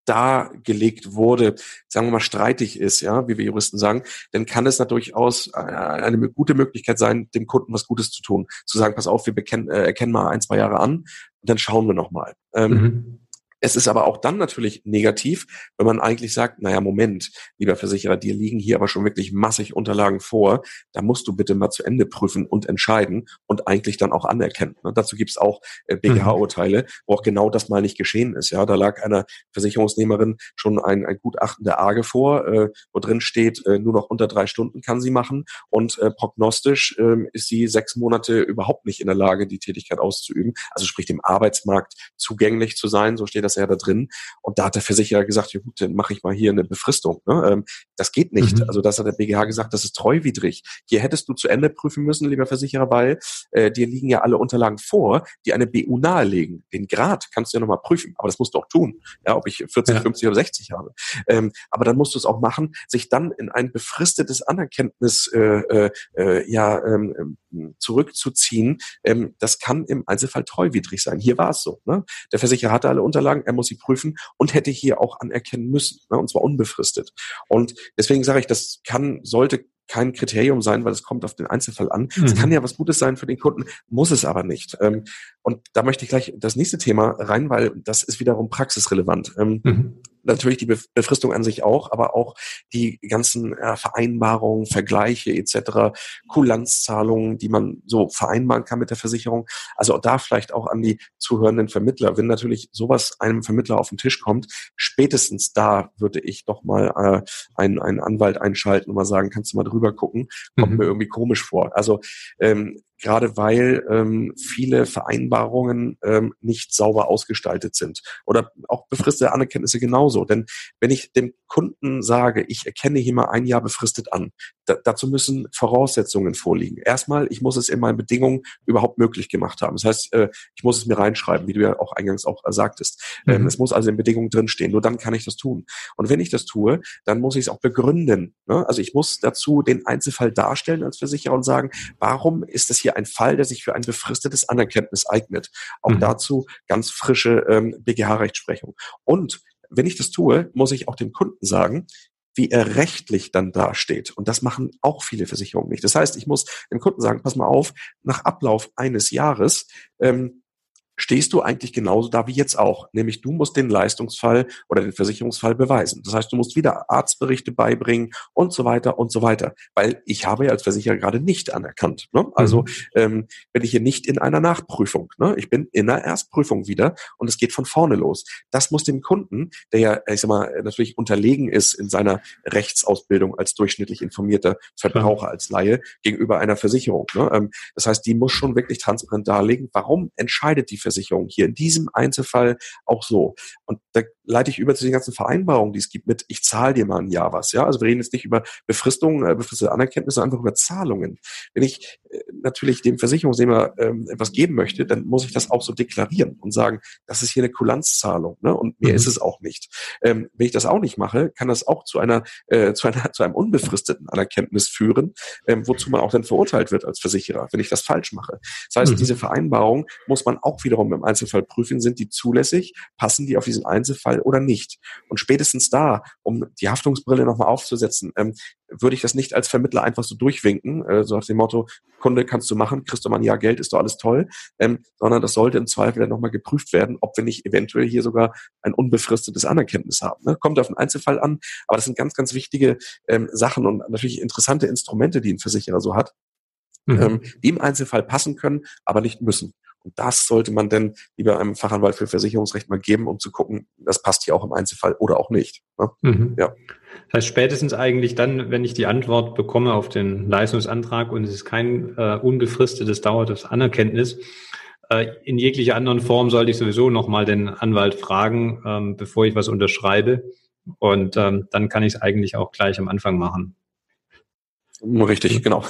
dargelegt wurde, sagen wir mal, streitig ist, ja, wie wir Juristen sagen, dann kann es natürlich durchaus eine gute Möglichkeit sein, dem Kunden was Gutes zu tun. Zu sagen, pass auf, wir bekennen, äh, erkennen mal ein, zwei Jahre an und dann schauen wir nochmal. Ähm, mhm. Es ist aber auch dann natürlich negativ, wenn man eigentlich sagt, naja, Moment, lieber Versicherer, dir liegen hier aber schon wirklich massig Unterlagen vor, da musst du bitte mal zu Ende prüfen und entscheiden und eigentlich dann auch anerkennen. Ne? Dazu gibt's auch äh, B G H-Urteile, wo auch genau das mal nicht geschehen ist. Ja, da lag einer Versicherungsnehmerin schon ein, ein Gutachten der A G E vor, äh, wo drin steht, äh, nur noch unter drei Stunden kann sie machen und äh, prognostisch äh, ist sie sechs Monate überhaupt nicht in der Lage, die Tätigkeit auszuüben. Also sprich, dem Arbeitsmarkt zugänglich zu sein, so steht das ja da drin. Und da hat der Versicherer gesagt, ja gut, dann mache ich mal hier eine Befristung. Ne? Ähm, das geht nicht. Mhm. Also das hat der B G H gesagt, das ist treuwidrig. Hier hättest du zu Ende prüfen müssen, lieber Versicherer, weil äh, dir liegen ja alle Unterlagen vor, die eine B U nahelegen. Den Grad kannst du ja nochmal prüfen, aber das musst du auch tun. Ja, ob ich vierzig, ja. fünfzig oder sechzig habe. Ähm, aber dann musst du es auch machen, sich dann in ein befristetes Anerkenntnis äh, äh, ja ähm, zurückzuziehen. Ähm, das kann im Einzelfall treuwidrig sein. Hier war es so. Ne? Der Versicherer hatte alle Unterlagen, er muss sie prüfen und hätte hier auch anerkennen müssen, ne, und zwar unbefristet. Und deswegen sage ich, das kann, sollte kein Kriterium sein, weil es kommt auf den Einzelfall an. Es mhm. kann ja was Gutes sein für den Kunden, muss es aber nicht. Ähm, und da möchte ich gleich das nächste Thema rein, weil das ist wiederum praxisrelevant. Ähm, mhm. Natürlich die Befristung an sich auch, aber auch die ganzen äh, Vereinbarungen, Vergleiche et cetera, Kulanzzahlungen, die man so vereinbaren kann mit der Versicherung. Also da vielleicht auch an die zuhörenden Vermittler. Wenn natürlich sowas einem Vermittler auf den Tisch kommt, spätestens da würde ich doch mal äh, einen, einen Anwalt einschalten und mal sagen, kannst du mal drüber gucken? Kommt mhm. mir irgendwie komisch vor. Also ähm, gerade weil ähm, viele Vereinbarungen ähm, nicht sauber ausgestaltet sind. Oder auch befristete Anerkenntnisse genauso. Denn wenn ich dem Kunden sage, ich erkenne hier mal ein Jahr befristet an, da, dazu müssen Voraussetzungen vorliegen. Erstmal, ich muss es in meinen Bedingungen überhaupt möglich gemacht haben. Das heißt, äh, ich muss es mir reinschreiben, wie du ja auch eingangs auch äh, sagtest. Mhm. Ähm, es muss also in Bedingungen drinstehen. Nur dann kann ich das tun. Und wenn ich das tue, dann muss ich es auch begründen. Ne? Also ich muss dazu den Einzelfall darstellen als Versicherer und sagen, warum ist das hier ein Fall, der sich für ein befristetes Anerkenntnis eignet. Auch mhm. dazu ganz frische ähm, B G H-Rechtsprechung. Und wenn ich das tue, muss ich auch dem Kunden sagen, wie er rechtlich dann dasteht. Und das machen auch viele Versicherungen nicht. Das heißt, ich muss dem Kunden sagen, pass mal auf, nach Ablauf eines Jahres ähm, stehst du eigentlich genauso da wie jetzt auch. Nämlich du musst den Leistungsfall oder den Versicherungsfall beweisen. Das heißt, du musst wieder Arztberichte beibringen und so weiter und so weiter. Weil ich habe ja als Versicherer gerade nicht anerkannt. Ne? Also mhm. ähm, bin ich hier nicht in einer Nachprüfung. Ne? Ich bin in einer Erstprüfung wieder und es geht von vorne los. Das muss dem Kunden, der ja, ich sag mal, natürlich unterlegen ist in seiner Rechtsausbildung als durchschnittlich informierter Verbraucher, als Laie, gegenüber einer Versicherung. Ne? Ähm, das heißt, die muss schon wirklich transparent darlegen, warum entscheidet die Versicherung hier in diesem Einzelfall auch so. Und da leite ich über zu den ganzen Vereinbarungen, die es gibt mit, ich zahle dir mal ein Jahr was. Ja, also wir reden jetzt nicht über Befristungen, äh, befristete Anerkenntnisse, sondern einfach über Zahlungen. Wenn ich äh, natürlich dem Versicherungsnehmer ähm, etwas geben möchte, dann muss ich das auch so deklarieren und sagen, das ist hier eine Kulanzzahlung, ne? Und mehr mhm. ist es auch nicht. Ähm, wenn ich das auch nicht mache, kann das auch zu einer, äh, zu einer, zu einem unbefristeten Anerkenntnis führen, ähm, wozu man auch dann verurteilt wird als Versicherer, wenn ich das falsch mache. Das heißt, mhm. diese Vereinbarung muss man auch wiederum im Einzelfall prüfen, sind die zulässig, passen die auf diesen Einzelfall oder nicht. Und spätestens da, um die Haftungsbrille nochmal aufzusetzen, ähm, würde ich das nicht als Vermittler einfach so durchwinken, äh, so nach dem Motto, Kunde, kannst du machen, kriegst du mal ein Jahr Geld, ist doch alles toll, ähm, sondern das sollte im Zweifel dann nochmal geprüft werden, ob wir nicht eventuell hier sogar ein unbefristetes Anerkenntnis haben. Ne? Kommt auf den Einzelfall an, aber das sind ganz, ganz wichtige ähm, Sachen und natürlich interessante Instrumente, die ein Versicherer so hat, mhm. ähm, die im Einzelfall passen können, aber nicht müssen. Und das sollte man dann lieber einem Fachanwalt für Versicherungsrecht mal geben, um zu gucken, das passt hier auch im Einzelfall oder auch nicht. Ne? Mhm. Ja. Das heißt, spätestens eigentlich dann, wenn ich die Antwort bekomme auf den Leistungsantrag und es ist kein äh, unbefristetes, dauerndes Anerkenntnis, äh, in jeglicher anderen Form sollte ich sowieso nochmal den Anwalt fragen, ähm, bevor ich was unterschreibe. Und ähm, dann kann ich es eigentlich auch gleich am Anfang machen. Richtig, genau.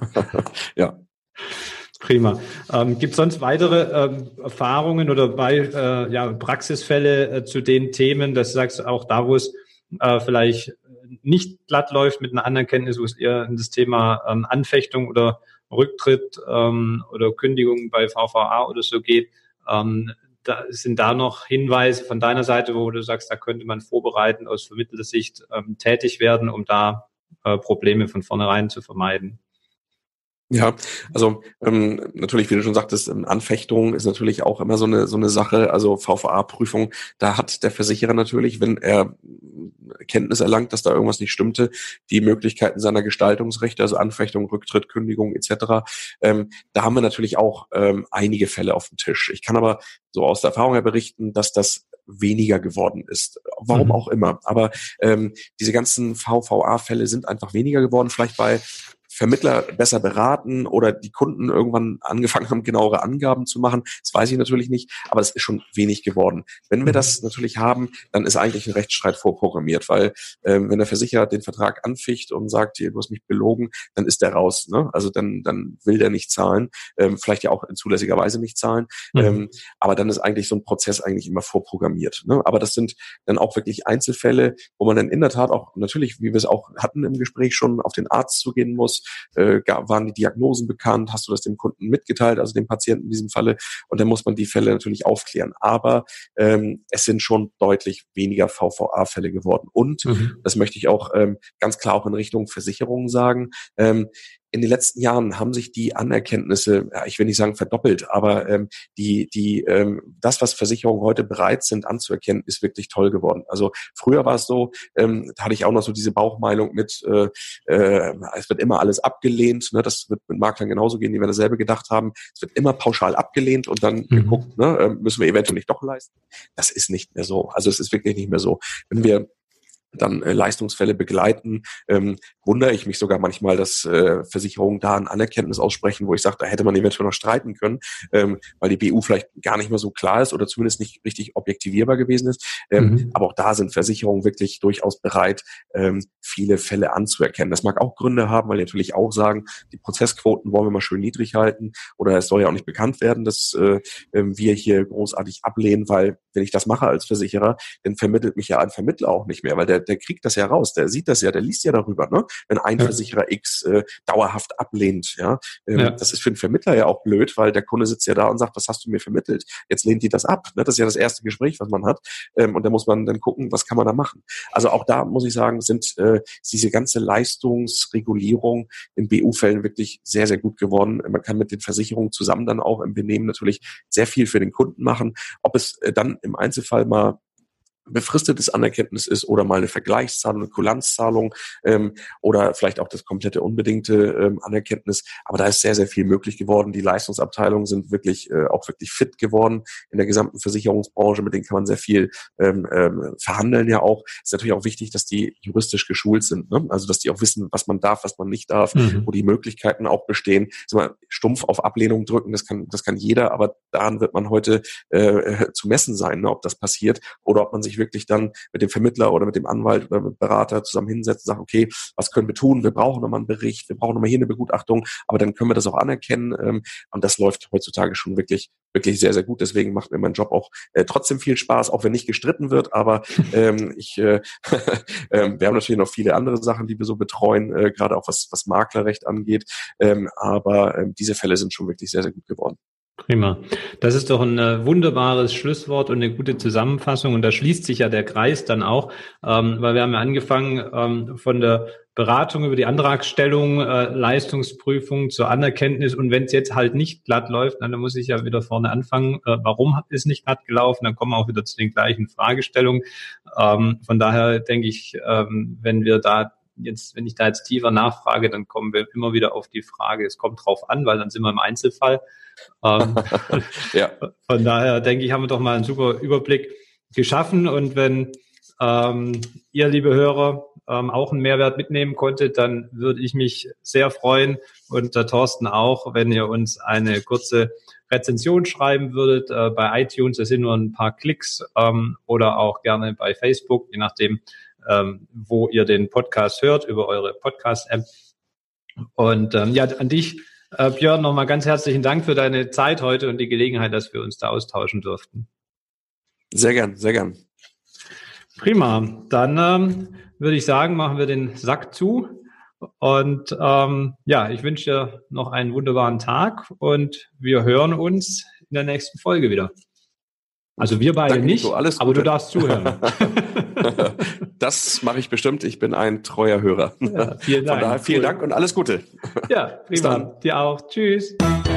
Ja. Prima. Ähm, gibt es sonst weitere ähm, Erfahrungen oder bei, äh, ja, Praxisfälle äh, zu den Themen, dass du sagst, auch da, wo es äh, vielleicht nicht glatt läuft mit einer Anerkenntnis, wo es eher in das Thema ähm, Anfechtung oder Rücktritt ähm, oder Kündigung bei V V A oder so geht, ähm, da sind da noch Hinweise von deiner Seite, wo du sagst, da könnte man vorbereitend aus vermittelter Sicht ähm, tätig werden, um da äh, Probleme von vornherein zu vermeiden? Ja, also ähm, natürlich, wie du schon sagtest, Anfechtung ist natürlich auch immer so eine so eine Sache. Also V V A-Prüfung, da hat der Versicherer natürlich, wenn er Kenntnis erlangt, dass da irgendwas nicht stimmte, die Möglichkeiten seiner Gestaltungsrechte, also Anfechtung, Rücktritt, Kündigung et cetera. Ähm, da haben wir natürlich auch ähm, einige Fälle auf dem Tisch. Ich kann aber so aus der Erfahrung her berichten, dass das weniger geworden ist. Warum mhm. auch immer. Aber ähm, diese ganzen V V A-Fälle sind einfach weniger geworden, vielleicht bei Vermittler besser beraten oder die Kunden irgendwann angefangen haben, genauere Angaben zu machen. Das weiß ich natürlich nicht, aber es ist schon wenig geworden. Wenn wir das natürlich haben, dann ist eigentlich ein Rechtsstreit vorprogrammiert, weil ähm, wenn der Versicherer den Vertrag anficht und sagt, du hast mich belogen, dann ist der raus. Ne? Also dann dann will der nicht zahlen, ähm, vielleicht ja auch in zulässiger Weise nicht zahlen, mhm. ähm, aber dann ist eigentlich so ein Prozess eigentlich immer vorprogrammiert. Ne? Aber das sind dann auch wirklich Einzelfälle, wo man dann in der Tat auch natürlich, wie wir es auch hatten im Gespräch schon, auf den Arzt zugehen muss. Äh, waren die Diagnosen bekannt? Hast du das dem Kunden mitgeteilt, also dem Patienten in diesem Falle? Und dann muss man die Fälle natürlich aufklären. Aber ähm, es sind schon deutlich weniger V V A-Fälle geworden. Und, mhm. das möchte ich auch ähm, ganz klar auch in Richtung Versicherungen sagen, ähm, in den letzten Jahren haben sich die Anerkenntnisse, ja, ich will nicht sagen verdoppelt, aber ähm, die, die, ähm, das, was Versicherungen heute bereit sind anzuerkennen, ist wirklich toll geworden. Also früher war es so, ähm, da hatte ich auch noch so diese Bauchmeinung mit, äh, äh, es wird immer alles abgelehnt. Ne? Das wird mit Maklern genauso gehen, die wir dasselbe gedacht haben. Es wird immer pauschal abgelehnt und dann mhm. geguckt, ne, äh, müssen wir eventuell nicht doch leisten. Das ist nicht mehr so. Also es ist wirklich nicht mehr so. Wenn wir dann äh, Leistungsfälle begleiten, ähm, wundere ich mich sogar manchmal, dass äh, Versicherungen da ein Anerkenntnis aussprechen, wo ich sage, da hätte man eventuell noch streiten können, ähm, weil die B U vielleicht gar nicht mehr so klar ist oder zumindest nicht richtig objektivierbar gewesen ist. Ähm, mhm. Aber auch da sind Versicherungen wirklich durchaus bereit, ähm, viele Fälle anzuerkennen. Das mag auch Gründe haben, weil die natürlich auch sagen, die Prozessquoten wollen wir mal schön niedrig halten oder es soll ja auch nicht bekannt werden, dass äh, wir hier großartig ablehnen, weil wenn ich das mache als Versicherer, dann vermittelt mich ja ein Vermittler auch nicht mehr, weil der der kriegt das ja raus, der sieht das ja, der liest ja darüber, ne? Wenn ein ja. Versicherer X äh, dauerhaft ablehnt, ja? Ähm, ja. Das ist für den Vermittler ja auch blöd, weil der Kunde sitzt ja da und sagt, was hast du mir vermittelt? Jetzt lehnt die das ab, ne? Das ist ja das erste Gespräch, was man hat. Ähm, und da muss man dann gucken, was kann man da machen. Also auch da muss ich sagen, sind äh, diese ganze Leistungsregulierung in B U-Fällen wirklich sehr, sehr gut geworden. Man kann mit den Versicherungen zusammen dann auch im Benehmen natürlich sehr viel für den Kunden machen. Ob es äh, dann im Einzelfall mal befristetes Anerkenntnis ist oder mal eine Vergleichszahlung, eine Kulanzzahlung ähm, oder vielleicht auch das komplette unbedingte ähm, Anerkenntnis. Aber da ist sehr, sehr viel möglich geworden. Die Leistungsabteilungen sind wirklich äh, auch wirklich fit geworden in der gesamten Versicherungsbranche. Mit denen kann man sehr viel ähm, ähm, verhandeln ja auch. Ist natürlich auch wichtig, dass die juristisch geschult sind, ne? Also dass die auch wissen, was man darf, was man nicht darf, mhm. wo die Möglichkeiten auch bestehen. Sag mal, stumpf auf Ablehnung drücken, das kann das kann jeder, aber daran wird man heute äh, zu messen sein, ne? Ob das passiert oder ob man sich wirklich dann mit dem Vermittler oder mit dem Anwalt oder mit dem Berater zusammen hinsetzt und sagt, okay, was können wir tun? Wir brauchen nochmal einen Bericht, wir brauchen nochmal hier eine Begutachtung, aber dann können wir das auch anerkennen. Ähm, und das läuft heutzutage schon wirklich, wirklich sehr, sehr gut. Deswegen macht mir mein Job auch äh, trotzdem viel Spaß, auch wenn nicht gestritten wird. Aber ähm, ich, äh, äh, wir haben natürlich noch viele andere Sachen, die wir so betreuen, äh, gerade auch was, was Maklerrecht angeht. Ähm, aber äh, diese Fälle sind schon wirklich sehr, sehr gut geworden. Prima. Das ist doch ein äh, wunderbares Schlusswort und eine gute Zusammenfassung. Und da schließt sich ja der Kreis dann auch, ähm, weil wir haben ja angefangen ähm, von der Beratung über die Antragstellung, äh, Leistungsprüfung zur Anerkenntnis. Und wenn es jetzt halt nicht glatt läuft, dann muss ich ja wieder vorne anfangen. Äh, warum ist nicht glatt gelaufen? Dann kommen wir auch wieder zu den gleichen Fragestellungen. Ähm, von daher denke ich, ähm, wenn wir da Jetzt, wenn ich da jetzt tiefer nachfrage, dann kommen wir immer wieder auf die Frage, es kommt drauf an, weil dann sind wir im Einzelfall. Ähm, ja. Von daher denke ich, haben wir doch mal einen super Überblick geschaffen. Und wenn ähm, ihr, liebe Hörer, ähm, auch einen Mehrwert mitnehmen konntet, dann würde ich mich sehr freuen und der Thorsten auch, wenn ihr uns eine kurze Rezension schreiben würdet äh, bei iTunes. Das sind nur ein paar Klicks ähm, oder auch gerne bei Facebook, je nachdem, Ähm, wo ihr den Podcast hört, über eure Podcast-App. Und ähm, ja, an dich, äh, Björn, nochmal ganz herzlichen Dank für deine Zeit heute und die Gelegenheit, dass wir uns da austauschen durften. Sehr gern, sehr gern. Prima. Dann ähm, würde ich sagen, machen wir den Sack zu. Und ähm, ja, ich wünsche dir noch einen wunderbaren Tag und wir hören uns in der nächsten Folge wieder. Also wir beide Danke, nicht, Nico, alles aber Gute. Du darfst zuhören. Das mache ich bestimmt. Ich bin ein treuer Hörer. Ja, vielen Dank. Von daher vielen cool. Dank und alles Gute. Ja, prima. Dir auch. Tschüss.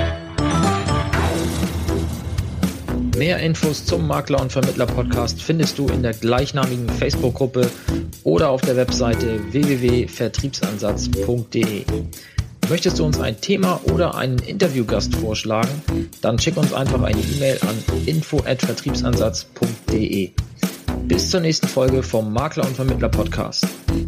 Mehr Infos zum Makler- und Vermittler-Podcast findest du in der gleichnamigen Facebook-Gruppe oder auf der Webseite w w w punkt vertriebsansatz punkt d e. Möchtest du uns ein Thema oder einen Interviewgast vorschlagen? Dann schick uns einfach eine E-Mail an info at vertriebsansatz punkt d e. Bis zur nächsten Folge vom Makler- und Vermittler-Podcast.